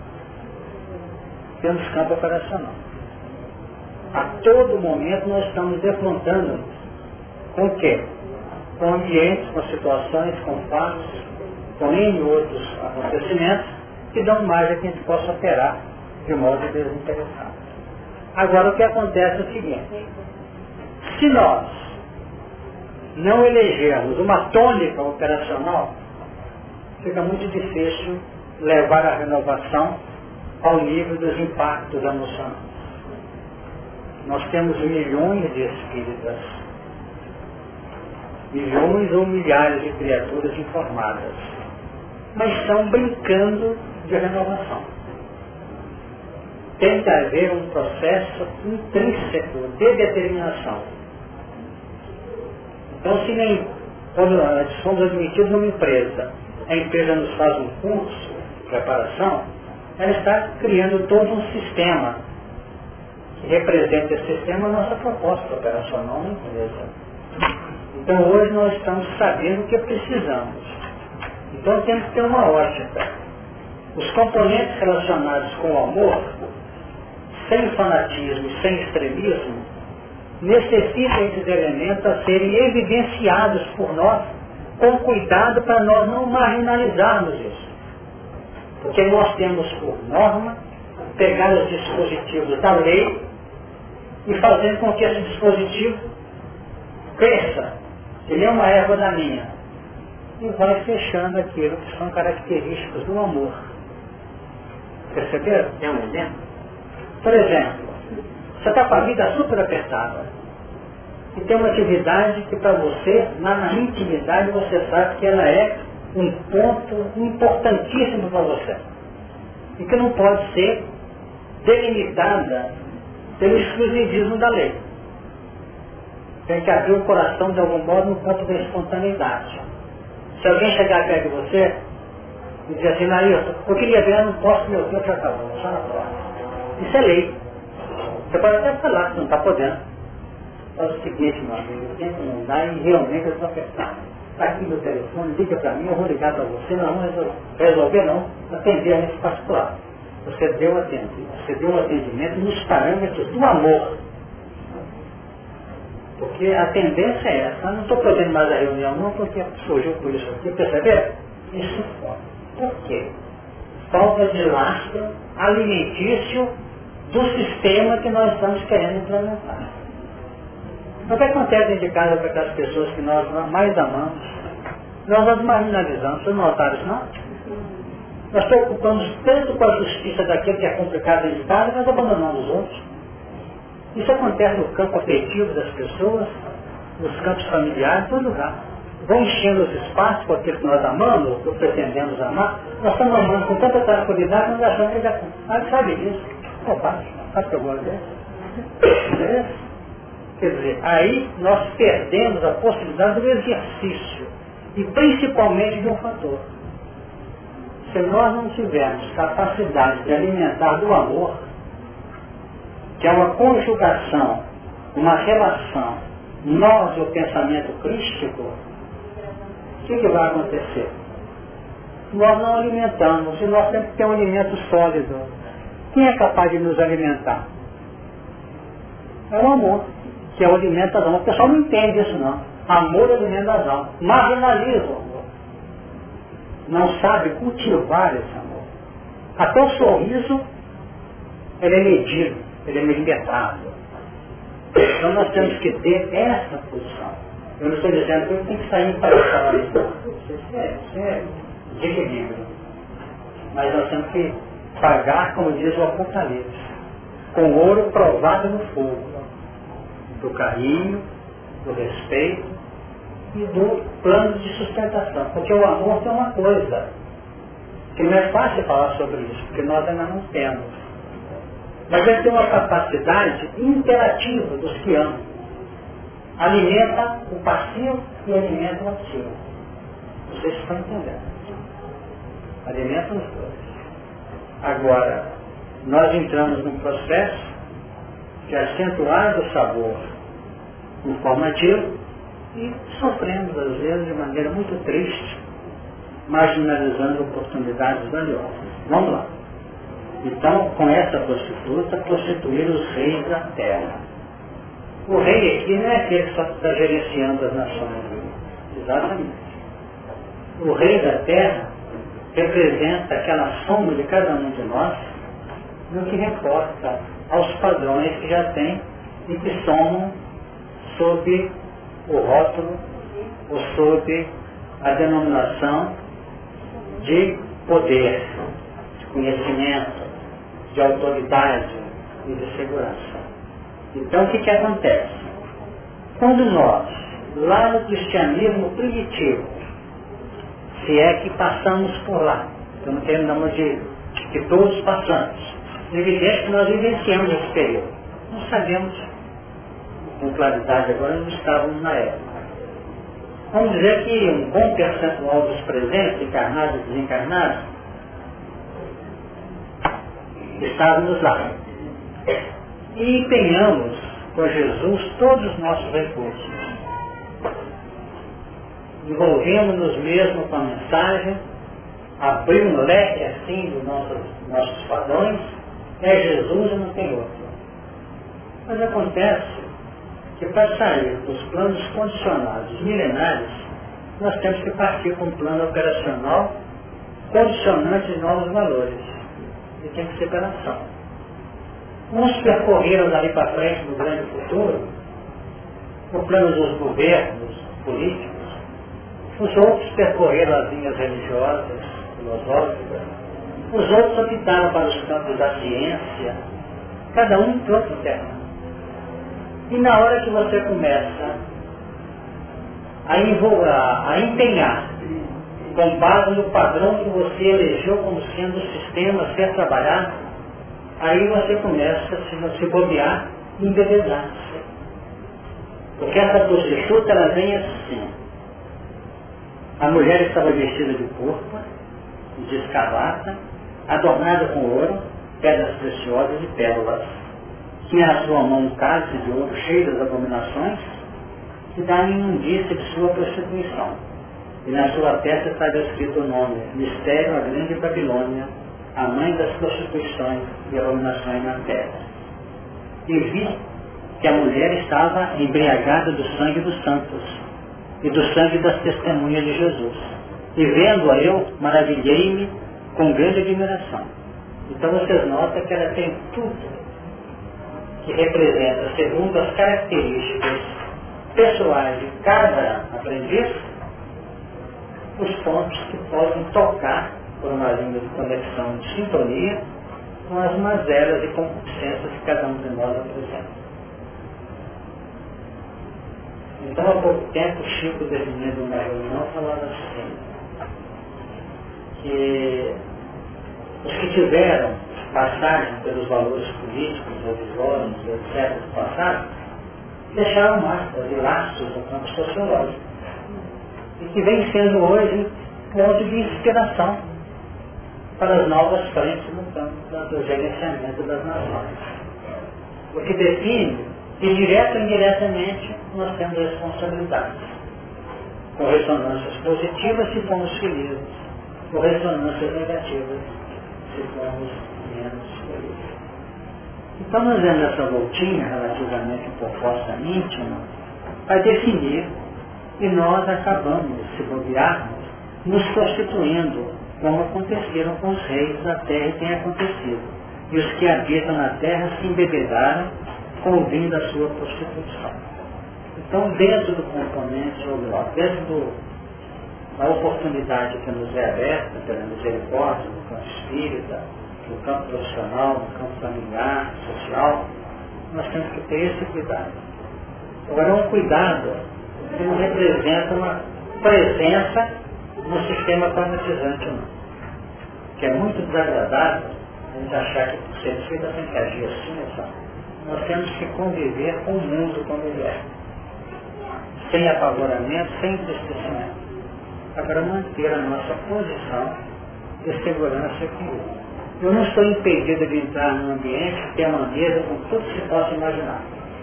S4: Temos campo operacional. A todo momento nós estamos defrontando-nos com o quê? Com ambientes, com situações, com fatos, com N outros acontecimentos que dão margem a que a gente possa operar de modo desinteressado. Agora o que acontece é o seguinte: se nós não elegermos uma tônica operacional, fica muito difícil levar a renovação ao nível dos impactos emocionais. Nós temos milhões de espíritas, milhões ou milhares de criaturas informadas, mas estão brincando de renovação. Tem que haver um processo intrínseco de determinação. Então, se nem quando nós somos admitidos numa empresa, a empresa nos faz um curso de preparação, ela está criando todo um sistema que representa esse sistema a nossa proposta operacional na empresa. Então hoje nós estamos sabendo o que precisamos. Então temos que ter uma ótica. Os componentes relacionados com o amor, sem fanatismo e sem extremismo, necessitam esses elementos a serem evidenciados por nós com cuidado para nós não marginalizarmos isso. Porque nós temos por norma pegar os dispositivos da lei e fazer com que esse dispositivo cresça, que nem uma erva daninha, e vai fechando aquilo que são características do amor. Perceberam?
S2: Tem um exemplo?
S4: Por exemplo, você está com a vida super apertada e tem uma atividade que para você, lá na intimidade, você sabe que ela é um ponto importantíssimo para você e que não pode ser delimitada pelo exclusivismo da lei. Tem que abrir o coração de algum modo no ponto da espontaneidade. Se alguém chegar perto de você e dizer assim, Maria, eu queria ver, eu não posso, meu tempo já acabou, só na próxima. Isso é lei. Você pode até falar que não está podendo. Faz o seguinte, meu amigo, o tempo não dá e realmente eu estou apertado. Está aqui meu telefone, liga para mim, eu vou ligar para você, não vamos resolver, resolver não, atender nesse particular. Você deu atendimento, você deu um atendimento nos parâmetros do amor. Porque a tendência é essa. Eu não estou podendo mais a reunião não, porque surgiu por isso aqui. Perceberam? Isso fora. Por quê? Falta de lastro alimentício do sistema que nós estamos querendo implementar. O que acontece dentro de casa para aquelas pessoas que nós mais amamos? Nós as marginalizamos. Vocês não notaram isso, não? Nós preocupamos tanto com a justiça daquele que é complicado dentro de casa, nós abandonamos os outros. Isso acontece no campo afetivo das pessoas, nos campos familiares, em todo lugar. Vão enchendo os espaços com aquilo que nós amamos, ou pretendemos amar, nós estamos amando com tanta tranquilidade, nós achamos que ele já ah, sabe disso. Pô, faz, faz que eu gosto dele. Quer dizer, aí nós perdemos a possibilidade do exercício, e principalmente de um fator. Se nós não tivermos capacidade de alimentar do amor, que é uma conjugação, uma relação, nós e o pensamento crístico, o que, que vai acontecer? Nós não alimentamos, e nós temos que ter um alimento sólido. Quem é capaz de nos alimentar? É o amor, que é o alimento das almas. O pessoal não entende isso não. Amor é o alimento das almas. Marginaliza o amor. Não sabe cultivar esse amor. Até o sorriso, ele é medido, ele é milimetrado. Então nós temos que ter essa posição. Eu não estou dizendo que eu tenho que sair para falar isso. Isso é, isso é de equilíbrio. Mas nós temos que pagar, como diz o Apocalipse, com ouro provado no fogo, do carinho, do respeito e do plano de sustentação. Porque o amor tem uma coisa, que não é fácil falar sobre isso, porque nós ainda não temos. Mas ele tem uma capacidade interativa dos que amam. Alimenta o passivo e alimenta o ativo. Vocês estão entendendo. Alimenta os dois. Agora, nós entramos num processo de acentuar o sabor informativo e sofremos, às vezes, de maneira muito triste, marginalizando oportunidades valiosas. Vamos lá. Então, com essa prostituta, prostituir os reis da terra. O rei aqui não é aquele que só está gerenciando as nações. Exatamente. O rei da terra representa aquela soma de cada um de nós no que reporta aos padrões que já tem e que somam sob o rótulo ou sob a denominação de poder, de conhecimento, de autoridade e de segurança. Então o que, que acontece? Quando nós, lá no cristianismo primitivo, se é que passamos por lá, eu não tenho nome de que todos passamos, é evidente que nós vivenciamos esse período. Não sabemos com claridade agora, não estávamos na época. Vamos dizer que um bom percentual dos presentes, encarnados e desencarnados, estávamos lá. E empenhamos com Jesus todos os nossos recursos. Envolvemos-nos mesmo com a mensagem, abrimos um leque assim dos nossos, nossos padrões, é Jesus e não tem outro. Mas acontece que para sair dos planos condicionados milenares, nós temos que partir com um plano operacional condicionante de novos valores. E tem que ser separação. Uns percorreram dali para frente no grande futuro, o plano dos governos políticos, os outros percorreram as linhas religiosas, filosóficas, os outros optaram para os campos da ciência, cada um em outro terreno. E na hora que você começa a, envolver, a empenhar, com base no padrão que você elegeu como sendo o sistema a ser trabalhado, aí você começa, se não se bobear, a embelezar-se. Porque essa prostituta, ela vem assim. A mulher estava vestida de púrpura, de escarlata, adornada com ouro, pedras preciosas e pérolas. Tinha na sua mão um cálice de ouro cheio das abominações que dá a imundícia de sua prostituição. E na sua testa estava escrito o nome, Mistério, a Grande Babilônia, a mãe das prostituições e abominações na terra. E vi que a mulher estava embriagada do sangue dos santos e do sangue das testemunhas de Jesus. E vendo-a eu, maravilhei-me com grande admiração. Então vocês notam que ela tem tudo que representa, segundo as características pessoais de cada aprendiz, os pontos que podem tocar por uma linha de conexão, de sintonia, com as mazelas e concupiscências que cada um de nós apresenta. Então, há pouco tempo, o Chico, definindo uma reunião, falava assim, que os que tiveram passagem pelos valores políticos, religiosos, etcétera, do passado, deixaram marcas e laços no campo sociológico. E que vem sendo hoje ponto de inspiração para as novas frentes no campo do gerenciamento das nações. O que define que, direto ou indiretamente, nós temos responsabilidades, com ressonâncias positivas se formos felizes, com ressonâncias negativas se formos menos felizes. Então nós vemos essa voltinha relativamente proposta íntima para definir e nós acabamos, se bobearmos, nos constituindo como aconteceram com os reis da terra e tem acontecido. E os que habitam na terra se embebedaram com o vinho da sua prostituição. Então, dentro do componente, ou melhor, dentro do, da oportunidade que nos é aberta pela misericórdia, no campo espírita, no campo profissional, no campo familiar, social, nós temos que ter esse cuidado. Agora, é um cuidado que não representa uma presença no sistema traumatizante, não. Que é muito desagradável a gente achar que por ser feita tem que agir assim, sabe? Nós temos que conviver com o mundo como ele é. Sem apavoramento, sem entristecimento. Agora manter a nossa posição de segurança e equilíbrio. Eu não estou impedido de entrar num ambiente que tem uma mesa com tudo que se possa imaginar.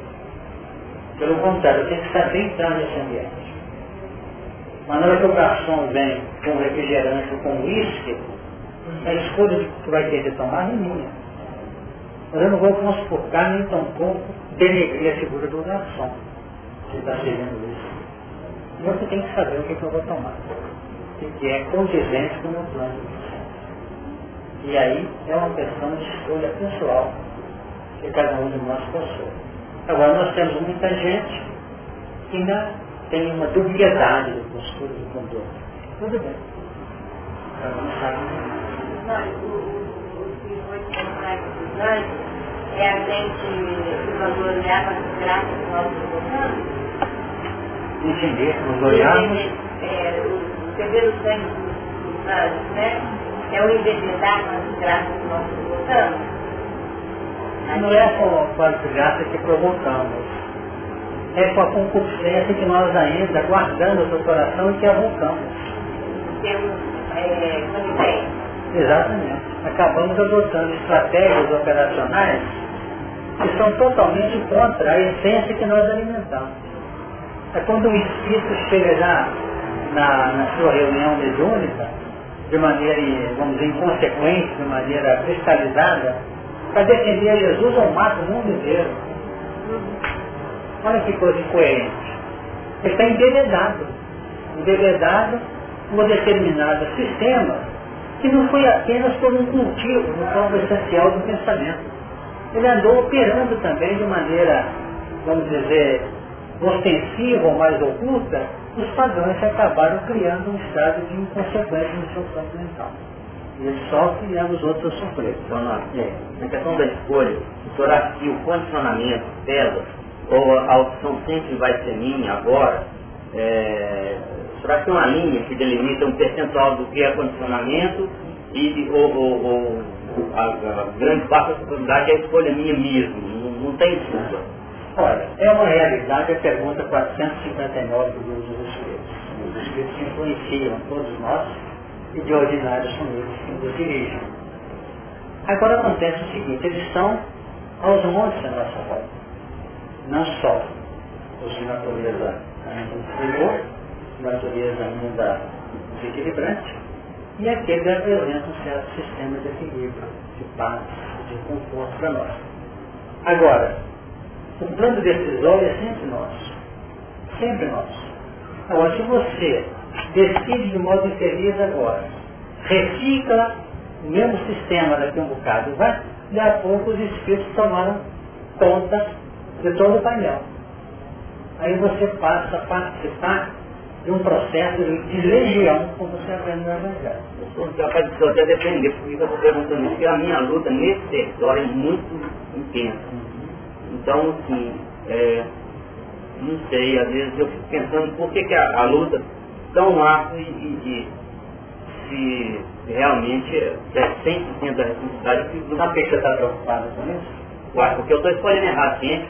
S4: Pelo contrário, eu tenho que saber entrar nesse ambiente. Mas na hora que o garçom vem com refrigerante ou com uísque, a escolha de que vai ter de tomar é minha. Mas eu não vou conspurcar nem tampouco denegrir a figura do garçom que está servindo isso. Eu que tenho que saber o que, que eu vou tomar. O que é condizente com o meu plano de vida. E aí é uma questão de escolha pessoal que cada um de nós possui. Agora nós temos muita gente que ainda tem uma dubiedade de postura de conduta. Tudo bem. Cada um sabe.
S1: Não, o que foi comprar esses anjos é a gente vangloriar as graças que nós colocamos.
S4: Entender, nos olharmos.
S1: É, o beber o sangue dos anjos, né? É o embebedar nas graças que nós colocamos.
S4: Não é com as graças que provocamos. É com a concupiscência que nós ainda guardamos no coração e que avulcamos.
S1: Temos é, conivência.
S4: Exatamente. Acabamos adotando estratégias operacionais que são totalmente contra a essência que nós alimentamos. É quando o espírito chega já na, na sua reunião mediúnica, de maneira, vamos dizer, inconsequente, de maneira cristalizada, para defender a Jesus ou mata o mundo inteiro. Olha que coisa incoerente. Ele está embebedado. Embebedado por um determinado sistema que não foi apenas por um cultivo no campo essencial do pensamento. Ele andou operando também de maneira, vamos dizer, ostensiva ou mais oculta, os padrões que acabaram criando um estado de inconsequência no seu campo mental. E ele sofre e os outros a sofrer.
S2: Então, nós, é, na questão da escolha, será que o condicionamento pesa, ou a opção sempre vai ser minha agora? É, será que tem uma linha que delimita um percentual do que é condicionamento e ou, ou, ou a, a grande parte da possibilidade é a escolha minha mesmo, não, não tem desculpa?
S4: Olha, é uma realidade a pergunta quatrocentos e cinquenta e nove do livro dos Espíritos. Os Espíritos influenciam todos nós e de ordinário são eles que nos dirigem. Agora acontece o seguinte, eles são aos montes da nossa volta. Não só os de natureza ainda inferior, natureza ainda desequilibrante, e aqueles que representam um certo sistema de equilíbrio, de paz, de conforto para nós. Agora, o plano decisório é sempre nosso. Sempre nosso. Agora, se você decide de modo infeliz agora, recicla o mesmo sistema daqui a um bocado, vai, e a pouco os espíritos tomaram conta de todo o painel. Aí você passa a participar de um processo de legião, como você aprende no Evangelho.
S2: Eu sou capaz de até defender, porque eu estou perguntando isso, porque a minha luta nesse território é muito intensa. Então, assim, é, não sei, às vezes eu fico pensando por que, que a, a luta é tão árdua e, e, e se realmente é cem por cento da responsabilidade.
S4: Não sabe por que você está preocupado com isso?
S2: Ué, porque eu estou escolhendo errar sempre.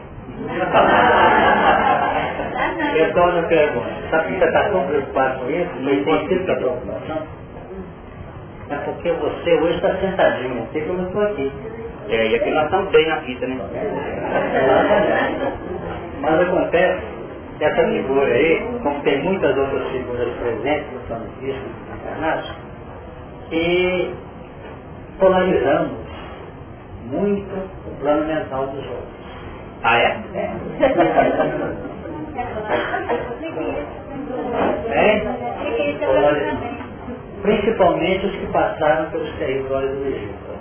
S4: Eu estou na pergunta. Sabe por que você está tão preocupado com isso? Não entendi essa preocupação. É porque você hoje está sentadinho, assim como eu estou aqui.
S2: É, e aqui nós estamos bem na fita, né?
S4: Exatamente. Mas acontece que essa figura aí, como tem muitas outras figuras presentes no plano físico encarnado, que polarizamos muito o plano mental dos outros.
S2: Ah, é?
S4: É. É? Polarizamos. Principalmente os que passaram pelos territórios do Egito.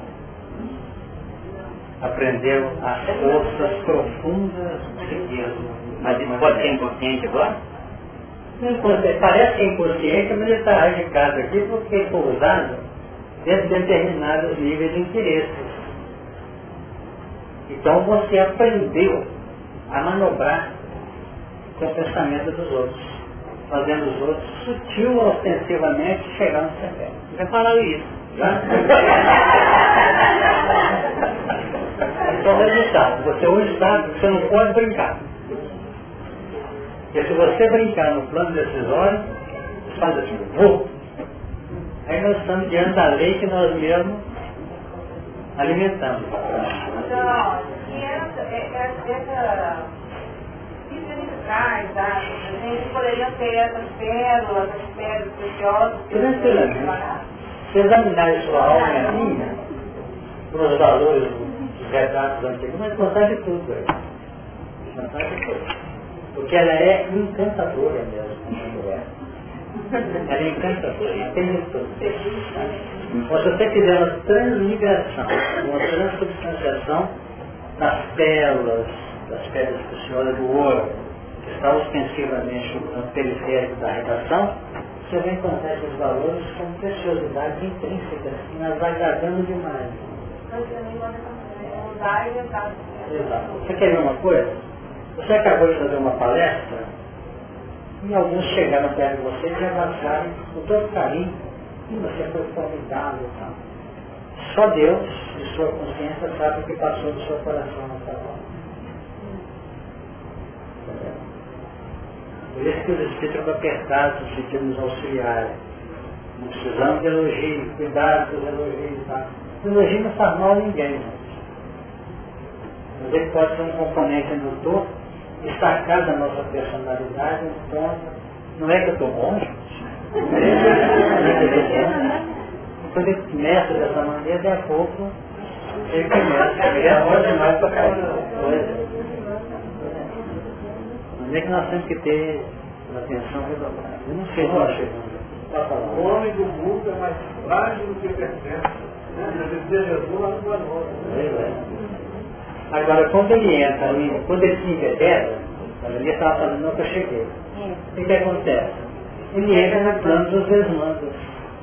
S4: Aprenderam as forças profundas do psiquismo.
S2: Mas isso pode ser inconsciente agora?
S4: Inconsciente. Parece que é inconsciente, mas ele está radicado aqui porque foi usado dentro de determinados níveis de interesses. Então você aprendeu a manobrar com o pensamento dos outros, fazendo os outros sutil ou ostensivamente chegar no secreto.
S2: Já falaram isso.
S4: Já? Então, resultado, você hoje sabe que você não pode brincar. Porque se você brincar no plano decisório, você faz assim, vou. Aí nós estamos diante da lei que nós mesmos alimentamos.
S1: Então, e essa, essa fisiolidade, a gente poderia ter essas pérolas, as pérolas preciosas.
S4: Tranquilamente. Se examinar sua alma e a minha, os valores dos retratos antigos, mas contar de tudo aí. Contar de tudo. Porque ela é encantadora mesmo, como mulher. Ela é encantadora, tem de tudo. Mas se você quiser uma transmigração, uma transubstanciação das pérolas, das pedras preciosas do ouro, que está ostensivamente no periférico da redação, você vai encontrar esses valores com preciosidades intrínsecas, que nós vai agradando demais. Exato. Você quer ver uma coisa? Você acabou de fazer uma palestra e alguns chegaram perto de você e avançaram com todo carinho e você foi formidável e tal. Só Deus e sua consciência sabe o que passou do seu coração nessa hora. Por isso que os espíritos estão apertados no sentido de nos auxiliar. Não precisamos de elogio, cuidado com os elogios e tal. O elogio não faz mal a ninguém, gente. Mas ele pode ser um componente indutor, destacar da nossa personalidade, um ponto. Não é que eu estou bom, gente. Não é que eu estou bom. Quando ele começa dessa maneira, daqui a pouco, ele começa. Ele é bom demais para cada coisa. Mas é que nós temos que ter uma atenção redobrada. Eu não sei nós chegamos.
S3: O homem do mundo é mais frágil do que perfeito. Jesus desejou a sua nova.
S4: Agora, quando ele entra, quando ele se envedera, ele estava falando, não que eu cheguei. O que, que acontece? Ele entra no plano dos desmandos.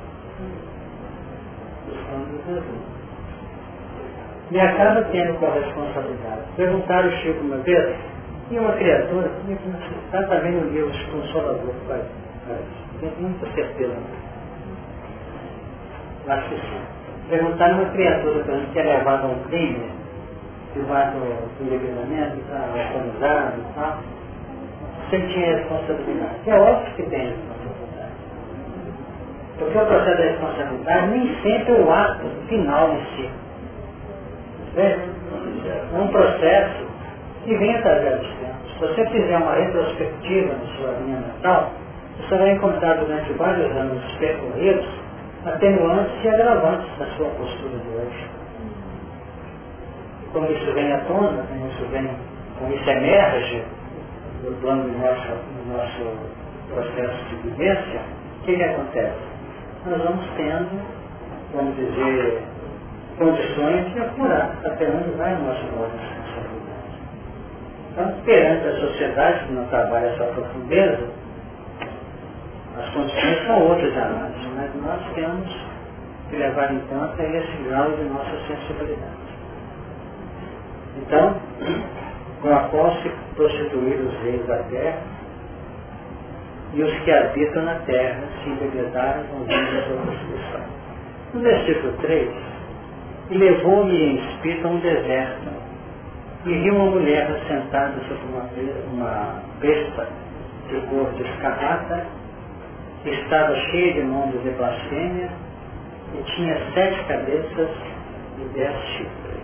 S4: Dos planos dos desmandos. E acaba tendo corresponsabilidade. Perguntaram o Chico uma vez, e uma criatura, está também no livro de Consolador, faz, faz, tenho muita certeza. Acho que sim. Perguntaram uma criatura, por exemplo, que é levada a um crime, que vai para o endividamento, está organizado e tal, se ele tinha responsabilidade. É óbvio que tem responsabilidade. Porque o processo da responsabilidade nem sempre é o ato final em si. É um processo que vem através dos tempos. Se você fizer uma retrospectiva na sua linha mental, você vai encontrar durante vários anos percorridos atenuantes e agravantes da sua postura de hoje. Quando isso vem à tona, quando isso, vem, quando isso emerge do plano do nosso, do nosso processo de vivência, o que, que acontece? Nós vamos tendo, vamos dizer, condições de apurar até onde vai o nosso modo de responsabilidade. Então, perante a sociedade que não trabalha essa profundeza, as condições são outras de análise, mas nós temos que levar em conta esse grau de nossa sensibilidade. Então, com a qual se prostituíram os reis da terra, e os que habitam na terra se embebedaram com os vinhos da prostituição. No versículo três, e levou-me em espírito a um deserto, e vi uma mulher assentada sobre uma, uma besta de cor de escarlata, que estava cheia de nomes de blasfêmia, e tinha sete cabeças e dez chifres.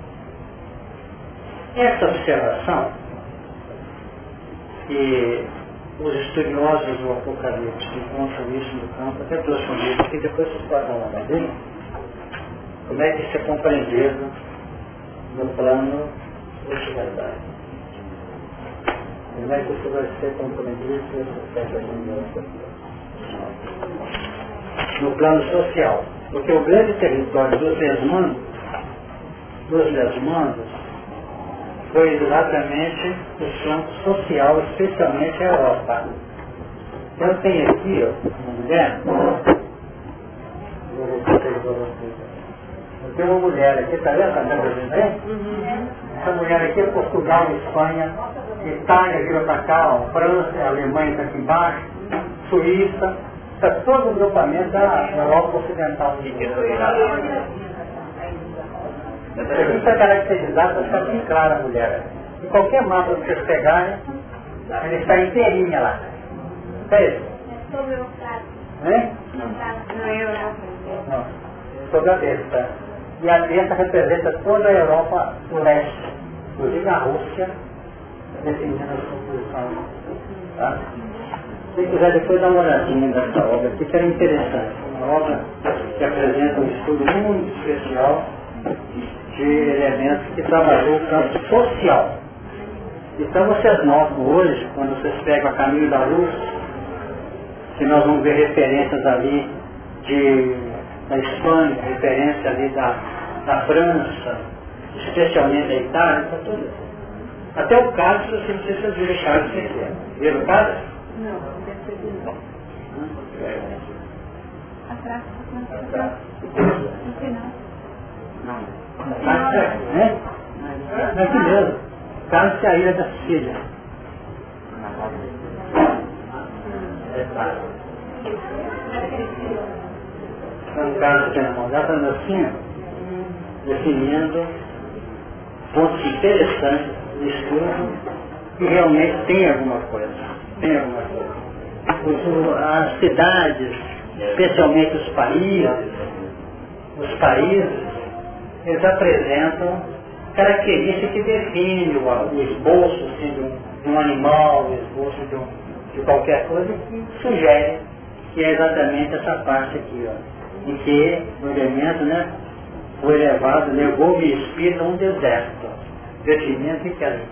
S4: Essa observação, que os estudiosos do Apocalipse encontram isso no campo, até trouxe um livro que depois vocês podem dar uma olhadinha, como é que isso é compreendido no plano de verdade. Como é que isso vai ser compreendido no plano social. Porque o grande território dos desmandos, dos desmandos, foi exatamente o campo social, especialmente a Europa. Eu tenho aqui ó, uma mulher, eu tenho uma mulher aqui, está vendo? Está vendo bem? Essa mulher aqui é Portugal, Espanha, Itália, vira para cá, ó, França, Alemanha está aqui embaixo, Suíça, está todo o grupamento da Europa Ocidental. Isso é caracterizado para ficar bem clara a mulher. Em qualquer mapa que vocês pegarem, ela está inteirinha lá. É isso?
S1: É sobre o prato.
S4: Hein?
S1: Não, eu não.
S4: Não. Sobre a besta. E a besta representa toda a Europa do leste, inclusive a Rússia, definindo a sua posição. Tá? Se quiser depois dar uma olhadinha nessa obra aqui, que é interessante. Uma obra que apresenta um estudo muito especial de elementos que trabalhou o campo social. Então vocês notam hoje, quando vocês pegam a Caminho da Luz, que nós vamos ver referências ali de, da Espanha, referência ali da, da França, especialmente da Itália, tá tudo. Até o caso, se você não sei se vocês viram o caso que você quer. Viram o caso?
S1: Não, não percebi não. Atrás, atrás. No final.
S2: Não.
S4: Caso, né? É aqui mesmo. Caso que a ilha da Sicília. É claro. É um caso que é mandado assim, definindo pontos interessantes do estudo que realmente tem alguma coisa. Tem alguma coisa. As cidades, especialmente os países, os países, eles apresentam características que definem o, o esboço assim, de, um, de um animal, o esboço de, um, de qualquer coisa, que sugere que é exatamente essa parte aqui, ó, em que o elemento, né, foi levado, levou o espírito a um deserto, definindo o que era.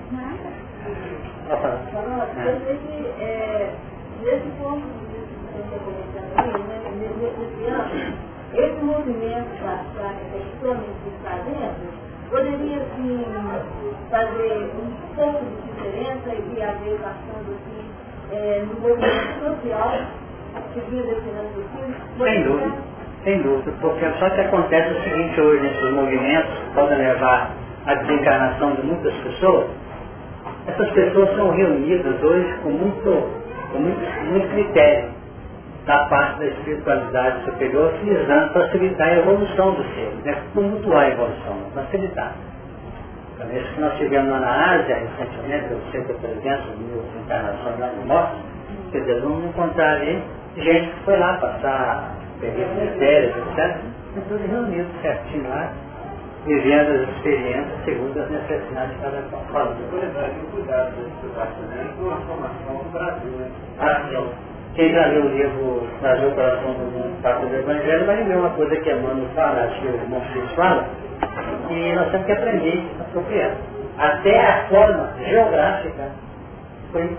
S1: Nesse ponto de vista que você está colocando aí, né, nesse ano, esse movimento para que se está dentro, poderia assim, fazer um pouco de diferença e haver passando assim, é, no movimento social, seguindo esse raciocínio?
S4: Sem dúvida, sem dúvida, porque só que acontece o seguinte hoje nesses movimentos, que podem levar à desencarnação de muitas pessoas. Essas pessoas são reunidas hoje com muito, com muito, muito critério da parte da espiritualidade superior, visando facilitar a evolução do ser, né? Tumultuar a evolução, facilitar. Então, isso que nós tivemos lá na Ásia, recentemente, eu sei que a presença mil encarnações lá no norte, quer dizer, vamos encontrar ali gente que foi lá passar períodos de férias, etcétera, e tudo reunido certinho lá, vivendo as experiências segundo as necessidades de cada qual. Fala.
S3: Por exemplo, cuidado de estudar também com a formação do Brasil, né?
S4: Ah, sim. Quem já leu o livro Brasil, Coração do Mundo, Parte do Evangelho, vai ver uma coisa que Emmanuel fala, acho que o irmão Feliz fala, e nós temos que aprender a apropriar. Até a forma geográfica foi,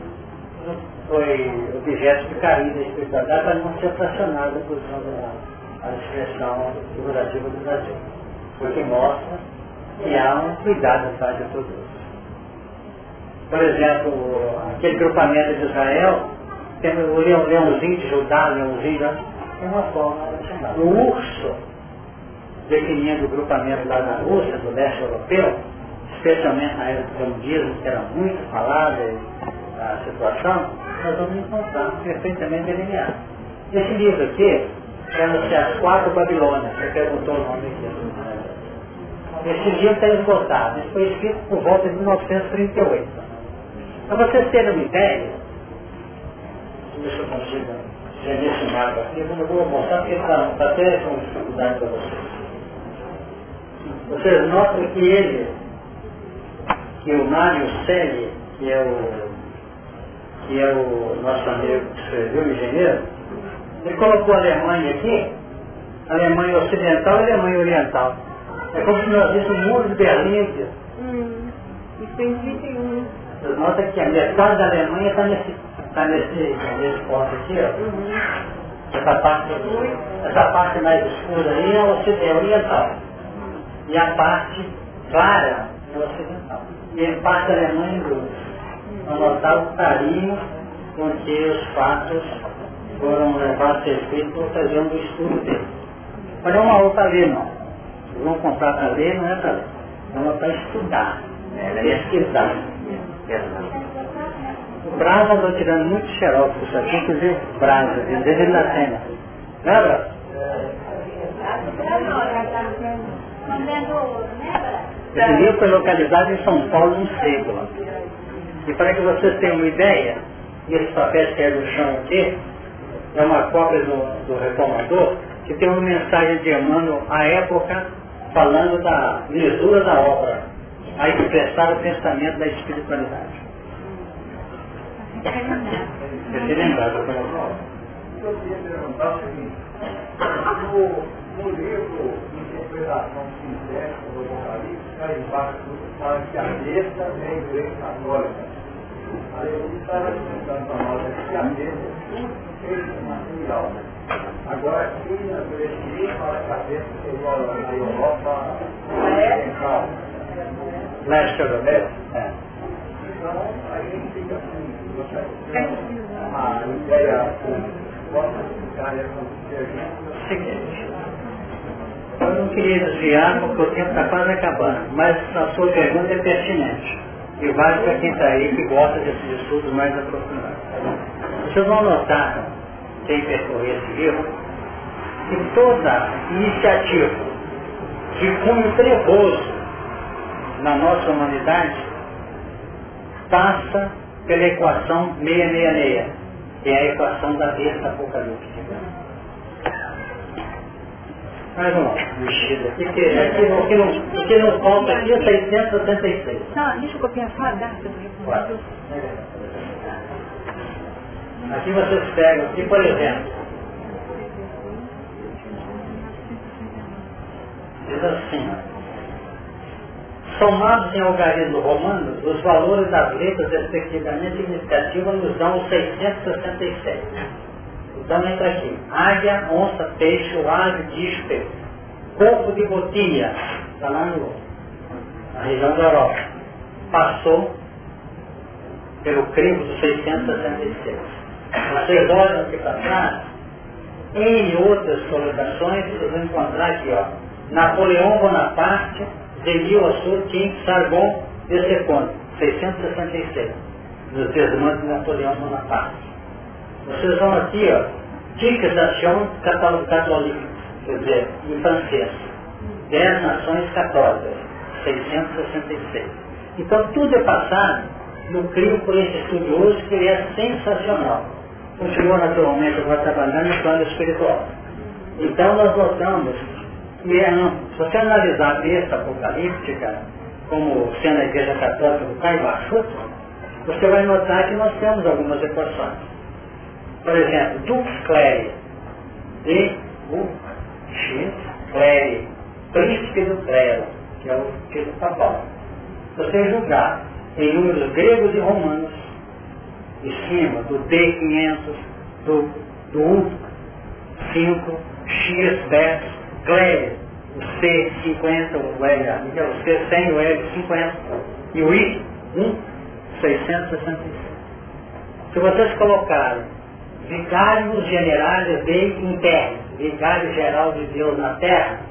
S4: foi objeto de carinho da espiritualidade para não ser fracionada por a, a expressão figurativa do Brasil. Porque mostra que há um cuidado da parte de todos. Por exemplo, aquele grupamento de Israel, tem o leão, leãozinho de Judá, leãozinho, é uma forma de chamar. O urso, definindo o grupamento lá da Rússia, do leste europeu, especialmente na época do comunismo, que era muito falada a situação, nós vamos encontrar perfeitamente delineado. Esse livro aqui, chama-se As Quatro Babilônias, você perguntou o nome aqui. Esse livro está esgotado, isso foi escrito por volta de mil novecentos e trinta e oito. Para vocês terem uma ideia, deixa eu consigo nesse mapa aqui, eu vou mostrar porque está até com dificuldade para vocês. Vocês notam que ele, que o Mário Selle, que é o, que é o nosso amigo que escreveu, o engenheiro, ele colocou a Alemanha aqui, a Alemanha ocidental e a Alemanha oriental. É como se nós víssemos o muro de Berlim aqui.
S1: Hum, isso tem vinte e um.
S4: Vocês notam que a metade da Alemanha está nesse, tá nesse, nesse ponto aqui, ó.
S1: Uhum.
S4: Essa parte, essa parte mais escura aí é, ocid- é oriental. E a parte clara é ocidental. E a parte da Alemanha em luz. Para notar o carinho com que os fatos foram levados a ser feitos por fazer um estudo dele. Mas não é uma outra lei, não. Vocês vão comprar para ler, não é para ler. É para estudar, é pesquisar. O Brasa está tirando muito xerox isso aqui, inclusive Brasa, desde ele na cena. Lembra? Esse livro foi localizado em São Paulo no século. E para que vocês tenham uma ideia, esse papel que é do chão aqui, é uma cópia do, do Reformador, que tem uma mensagem de Emmanuel à época, falando da lisura da obra, a expressar o pensamento da espiritualidade. Eu se lembrar da obra.
S3: Eu queria perguntar o seguinte, no, no livro Interpretação Sintética do Apocalipse, está embaixo fala que a besta é a igreja católica. Aí eu estava explicando para nós que a besta é tudo feito material. Agora aqui na igreja fala que a besta seria a Europa Oriental.
S4: Leste europeu? É.
S3: Então, aí a gente fica assim, a ideia posso explicar essa
S4: Seguinte, eu não queria desviar porque o tempo está quase acabando, mas a sua pergunta é pertinente e vale para quem está aí que gosta desses estudos mais aprofundados. Vocês vão notar, quem percorrer esse livro, que toda iniciativa de cunho trevoso na nossa humanidade passa pela equação seiscentos e sessenta e seis, que é a equação da besta apocalíptica. Mas vamos lá, mexido aqui, porque aqui, o que não, o que não falta aqui é seiscentos e setenta e seis.
S1: Não, deixa eu copiar só a data do
S4: Claro. Aqui vocês pegam, aqui por exemplo, diz assim, somados em algarismo romano, os valores das letras respectivamente significativas nos dão os seiscentos e sessenta e seis. Então entra aqui, águia, onça, peixe, oásis, dísper, corpo de botilha, está lá no, na região da Europa, passou pelo crivo dos seiscentos e sessenta e seis. Vocês olham aqui para trás, em outras colocações, vocês vão encontrar aqui, ó, Napoleão Bonaparte, Zemil Assur, Kim, Sargon, Decepone, seiscentos e sessenta e seis, nos desmandos de Napoleão Bonaparte. Vocês vão aqui, ó, Dicas d'Action Catholique, quer dizer, em francês, dez nações católicas, seiscentos e sessenta e seis. Então tudo é passado no crivo por esse estudioso que ele é sensacional. Continua naturalmente agora trabalhando no plano espiritual. Então nós notamos que é amplo. Se você analisar a besta apocalíptica, como sendo a Igreja Católica do Caio Baixuto, você vai notar que nós temos algumas equações. Por exemplo, Dux Cleri, D U X Cleri, príncipe do clero, que é o título papal. Se você julgar em números gregos e romanos, em cima do D quinhentos, do, do U cinco, X dez, Cleri, o C cinquenta, o L, que é o C cem, o L cinquenta, e o I um, seiscentos e sessenta e seis. Se vocês colocarem Vicários Generais Dei Interno, Vicário Geral de Deus na Terra,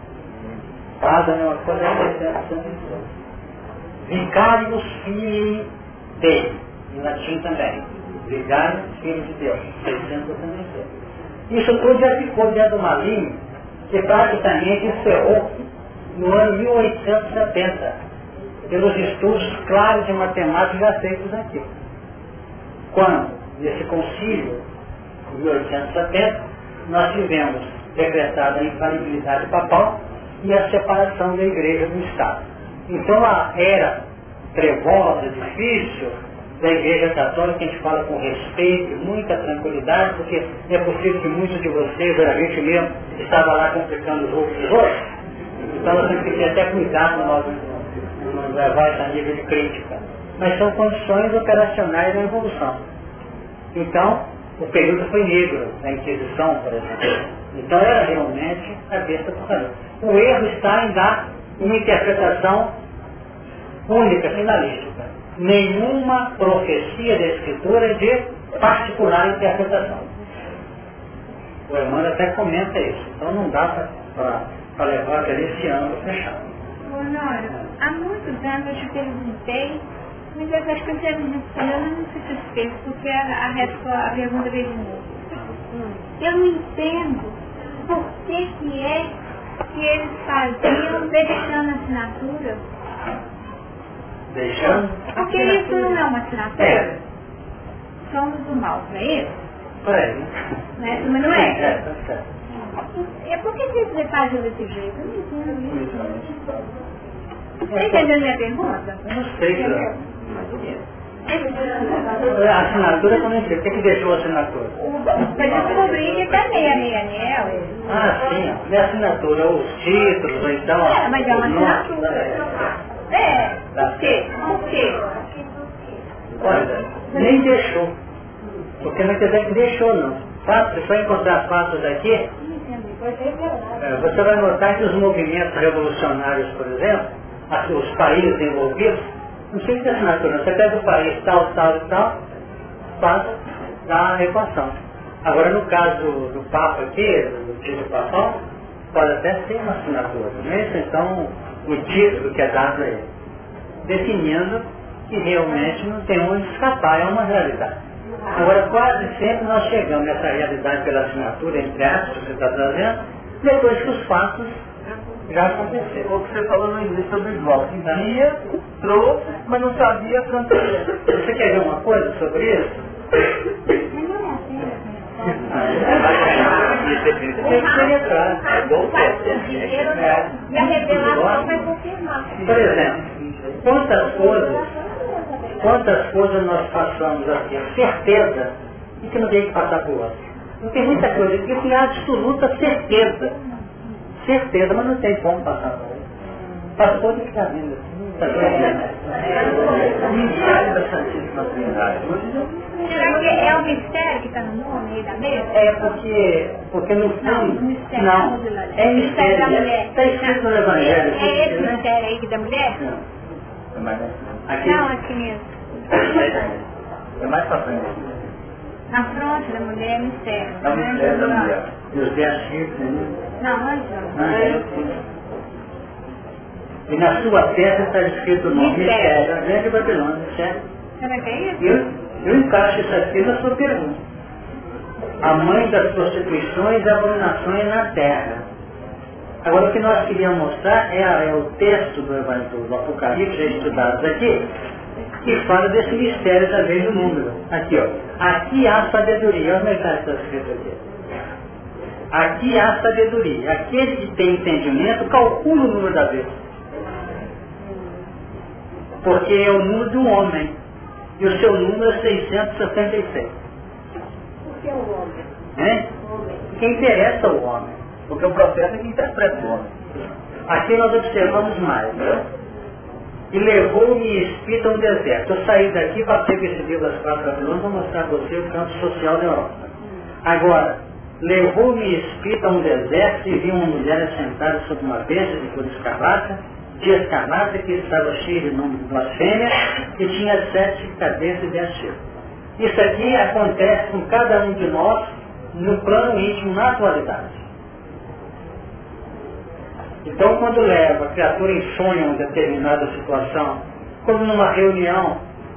S4: fazem uma coisa seiscentos e sessenta e seis. Vicários Filii Dei, em latim também. Vicário Filho de Deus, seiscentos e sessenta e seis. Isso tudo já ficou dentro de uma linha que praticamente encerrou no ano mil oitocentos e setenta, pelos estudos claros de matemática já feitos aqui. Quando, nesse concílio, mil oitocentos e setenta, nós tivemos decretada a infalibilidade papal e a separação da igreja do Estado. Então a era trevosa, difícil, da igreja católica, a gente fala com respeito, muita tranquilidade, porque é possível que muitos de vocês, a gente mesmo, estava lá complicando os outros dos outros, então nós temos que ter até cuidado no nosso não levar esse nível de crítica. Mas são condições operacionais da evolução. Então, o período foi negro, na Inquisição, por exemplo. Então era realmente a besta por caminho. O erro está em dar uma interpretação única, finalística. Nenhuma profecia da Escritura é de particular interpretação. O Emmanuel até comenta isso. Então não dá para levar até esse ano fechado.
S1: Honório, há muitos anos eu te perguntei, mas eu acho que eu já me respondeu, não se satisfez, porque a, a, resposta, a pergunta veio de novo. Eu não entendo por que, que é que eles faziam deixando a assinatura.
S4: Deixando?
S1: Porque isso não é uma assinatura.
S4: É.
S1: Somos do mal, não é isso?
S4: Por aí.
S1: Né? Mas não é?
S4: É, tá certo.
S1: É por que você faz desse jeito? Eu não entendo isso. Você entendeu a minha pergunta?
S4: Eu não sei, não. A assinatura eu não sei. O que que deixou a assinatura?
S1: Mas eu descobri que também é meia anel.
S4: Ah, sim. Ó. Minha assinatura, os títulos, ou então...
S1: É, mas é uma assinatura. É. Por quê? Por quê?
S4: Olha, nem deixou. Porque não quer dizer que deixou, não. Fato, se for encontrar fatos aqui, é, você vai notar que os movimentos revolucionários, por exemplo, os países envolvidos, não sei se é assinatura, você pega o país tal, tal e tal, faz a equação. Agora, no caso do, do Papa aqui, do título papal, pode até ser uma assinatura, não é isso? Então, o título que é dado a ele, definindo que realmente não tem onde escapar, é uma realidade. Agora, quase sempre nós chegamos nessa realidade pela assinatura, entre aspas, que você está trazendo, depois que os fatos já aconteceram.
S3: O que você falou no início sobre o bloco. Via, trouxe, mas não sabia francês.
S4: Você quer ver uma coisa sobre isso? Tem que penetrar.
S1: E a revelação vai confirmar.
S4: Por exemplo, quantas coisas, quantas coisas nós passamos a ter certeza e que não tem que passar por outro. Não tem muita coisa que tem absoluta certeza. Certeza, mas não tem como passar por outro. Passou de que está vindo assim. Está vendo?
S2: Mistério da Santíssima Trindade.
S1: Será que é o mistério que está no nome aí da mesa?
S4: É porque, porque no fundo,
S1: Não, o mistério
S4: não,
S1: da mulher.
S4: é
S1: O mistério da mulher.
S4: Está escrito no Evangelho.
S1: É esse mistério aí que da mulher?
S4: Não. Aqui,
S1: Não, aqui mesmo.
S2: É mais pra frente.
S1: Na fronte da mulher é mistério.
S2: É o mistério da mulher.
S4: e os dez chifres, né?
S1: Não, antes não.
S4: Ah, é. E na sua testa está escrito o nome, mistério, a grande Babilônia, certo?
S1: Será que é isso?
S4: Eu, eu encaixo isso aqui na sua pergunta. A mãe das prostituições e abominações na terra. Agora o que nós queríamos mostrar é, a, é o texto do Evangelho do Apocalipse, já estudados aqui, que fala desse mistério também do número. Aqui, ó. Aqui há sabedoria. Olha como é que está escrito aqui. Aqui há sabedoria. Aquele que tem entendimento, calcula o número da besta. Porque é o número de um homem. E o seu número é seiscentos e setenta e seis.
S1: O que é o homem?
S4: Né? Quem interessa é o homem.
S2: Porque o profeta é que interpreta o homem.
S4: Aqui nós observamos mais. Né? E levou-me espírito a um deserto. Eu saí daqui, passei por esse livro das quatro Babilônias, vou mostrar a você o campo social da Europa. Agora, levou-me espírito a um deserto e vi uma mulher assentada sobre uma besta de cor escarlata, de escarlata, que estava cheia de nome de blasfêmia, e tinha sete cabeças e dez chifres. Isso aqui acontece com cada um de nós no plano íntimo, na atualidade. Então, quando leva a criatura em sonho a uma determinada situação, quando numa reunião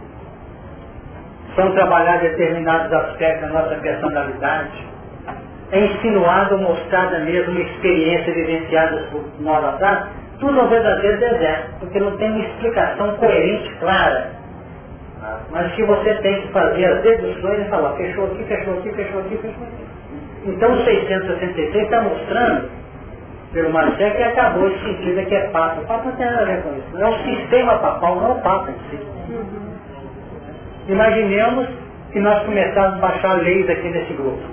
S4: são trabalhados determinados aspectos da nossa personalidade, é insinuado ou mostrada mesmo uma experiência vivenciada por nós atrás, tudo é um verdadeiro deserto, porque não tem uma explicação coerente, clara. mas que você tem que fazer as deduções e falar, fechou aqui, fechou aqui, fechou aqui, fechou aqui. Então o seiscentos e sessenta e seis está mostrando, pelo Marcelo, que acabou esse sentido aqui é Papa. O Papa não tem nada a ver com isso. Não é o sistema papal, não é o Papa em si. Imaginemos que nós começarmos a baixar leis aqui nesse grupo.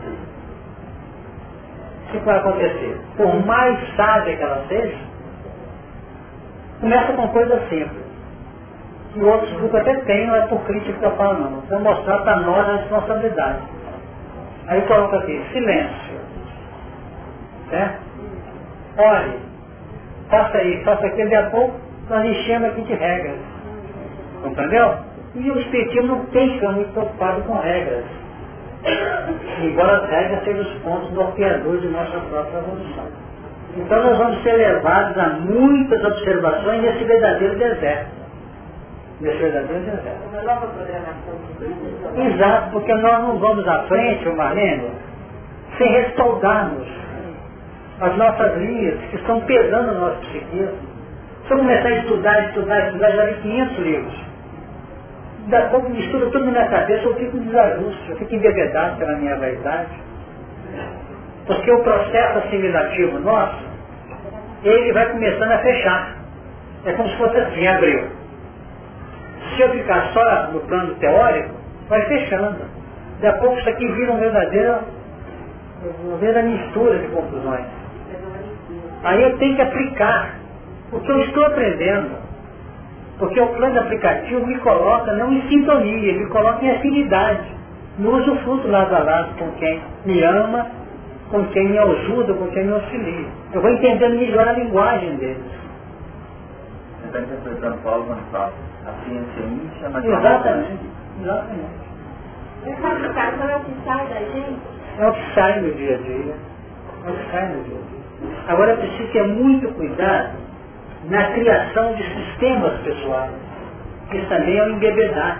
S4: O que vai acontecer? Por mais sábia que ela seja, começa com coisas simples. E outros grupos até tem, não é por crítica que eu falo não. Vou mostrar para nós a responsabilidade. Aí coloca aqui, silêncio. Certo? Olhe, faça isso, faça aquilo, daqui a pouco nós enchemos aqui de regras. Compreendeu? E o espiritismo não tem que ser muito preocupado com regras. Embora as regras sejam os pontos norteadores de nossa própria evolução. Então nós vamos ser levados a muitas observações nesse verdadeiro deserto. Nesse verdadeiro deserto.
S1: Uma nova programação.
S4: Exato, porque nós não vamos à frente, Marlene, sem respaldarmos as nossas linhas que estão pesando no nosso psiquismo. Se eu começar a estudar, estudar, estudar, já li quinhentos livros. Da pouco me estudo tudo na minha cabeça, eu fico em desajuste, eu fico embebedado pela minha vaidade. Porque o processo assimilativo nosso, ele vai começando a fechar. É como se fosse assim, abriu. Se eu ficar só no plano teórico, vai fechando. Daqui a pouco isso aqui vira uma verdadeira, uma verdadeira mistura de conclusões. Aí eu tenho que aplicar o que eu estou aprendendo. Porque o plano aplicativo me coloca não em sintonia, me coloca em afinidade. No usufruto lado a lado com quem me ama, com quem me ajuda, com quem me auxilia. Eu vou entendendo melhor a linguagem deles.
S2: Você está interpretando Paulo quando fala a ciência íntima, mas
S4: Exatamente. Exatamente.
S1: Essa aplicação é o que sai da gente?
S4: É o que sai no dia a dia. É o que sai no dia a dia. Agora é preciso ter muito cuidado na criação de sistemas pessoais. Isso também é um embebedar.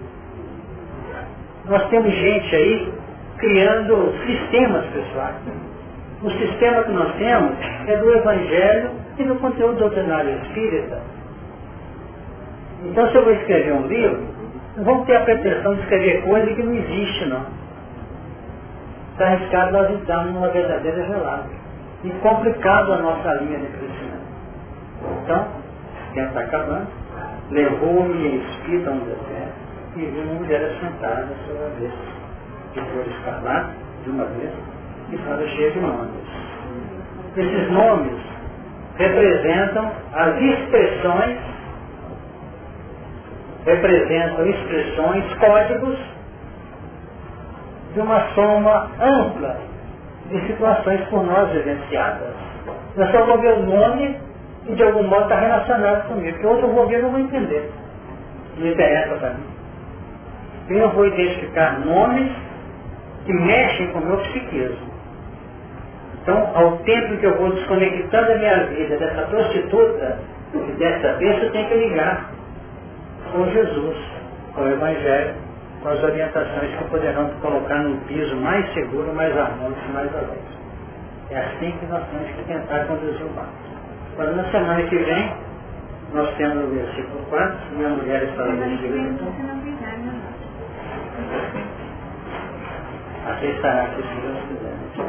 S4: Nós temos gente aí criando sistemas pessoais. O sistema que nós temos é do Evangelho e do conteúdo doutrinário espírita. Então, se eu vou escrever um livro, não vamos ter a pretensão de escrever coisa que não existe, não. Está arriscado nós entrarmos numa verdadeira gelada. E complicado a nossa linha de crescimento. Então, o tempo está acabando. Levou-me em espírito a um deserto e vi uma mulher assentada sobre a mesa, de cor escarlate, de uma vez, e estava cheia de nomes. Esses nomes representam as expressões, representam expressões, códigos de uma soma ampla de situações por nós vivenciadas. Eu só vou ver o nome e de algum modo está relacionado comigo, porque outro eu vou ver e não vou entender. Não interessa para mim. Eu vou identificar nomes que mexem com o meu psiquismo. Então, ao tempo que eu vou desconectando a minha vida dessa prostituta e dessa besta, eu tenho que ligar com Jesus, com o Evangelho, com as orientações que poderão colocar no piso mais seguro, mais harmônico, mais alegre. É assim que nós temos que tentar conduzir o barco. Agora, na semana que vem, nós temos o versículo quatro, e a mulher está no versículo. Aqui estará aqui, se Deus quiser.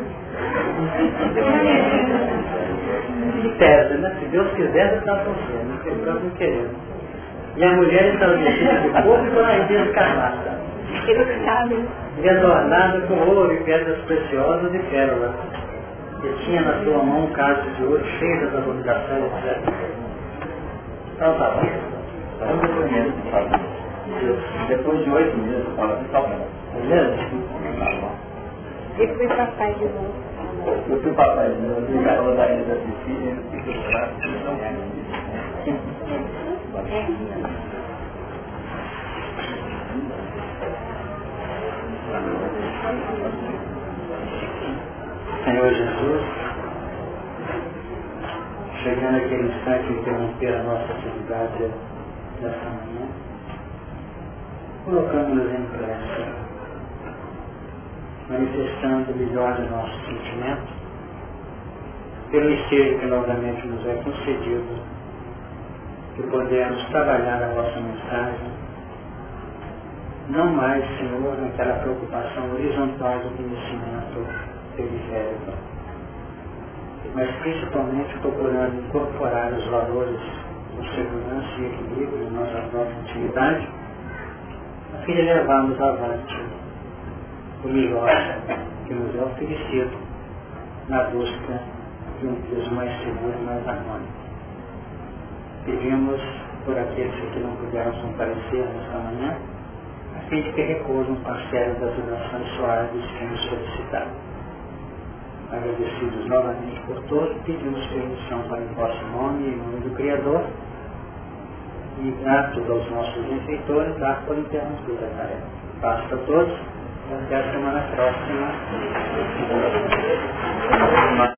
S4: Em tese, né? Se Deus quiser, está funcionando, porque nós não queremos. E a mulher está vestida de corpo e com a ideia escarlata.
S1: Ele sabe.
S4: E adornada com ouro e pedras preciosas e pérolas. E tinha na sua mão um cálice de ouro cheio das abominações, etcétera. Então tá bom.
S2: Vamos ver primeiro, sabe? Depois de oito meses, eu falo assim, só pra nós.
S4: Beleza?
S1: E fui papai de novo.
S2: Eu fui papai de novo, eu já vou dar ele da Cecília, ele fica claro, não é.
S4: Senhor Jesus, chegando aquele instante de interromper a nossa atividade nessa manhã, colocamos-nos em prece, manifestando melhor o nosso sentimento, pelo ensejo que novamente nos é concedido, que podemos trabalhar a nossa mensagem não mais, Senhor, naquela preocupação horizontal do conhecimento periférico, mas principalmente procurando incorporar os valores de segurança e equilíbrio em nossa própria intimidade, a fim de levarmos avante o melhor que nos é oferecido na busca de um peso mais seguro e mais harmônico. Pedimos por aqueles que não puderam comparecer nesta manhã, a fim de que recolham parcela das orações suaves que nos solicitaram. Agradecidos novamente por todos, pedimos permissão para em vosso nome e em nome do Criador, e gratos aos nossos benfeitores, dar por interrompida a tarefa. Paz para todos, e até a semana próxima.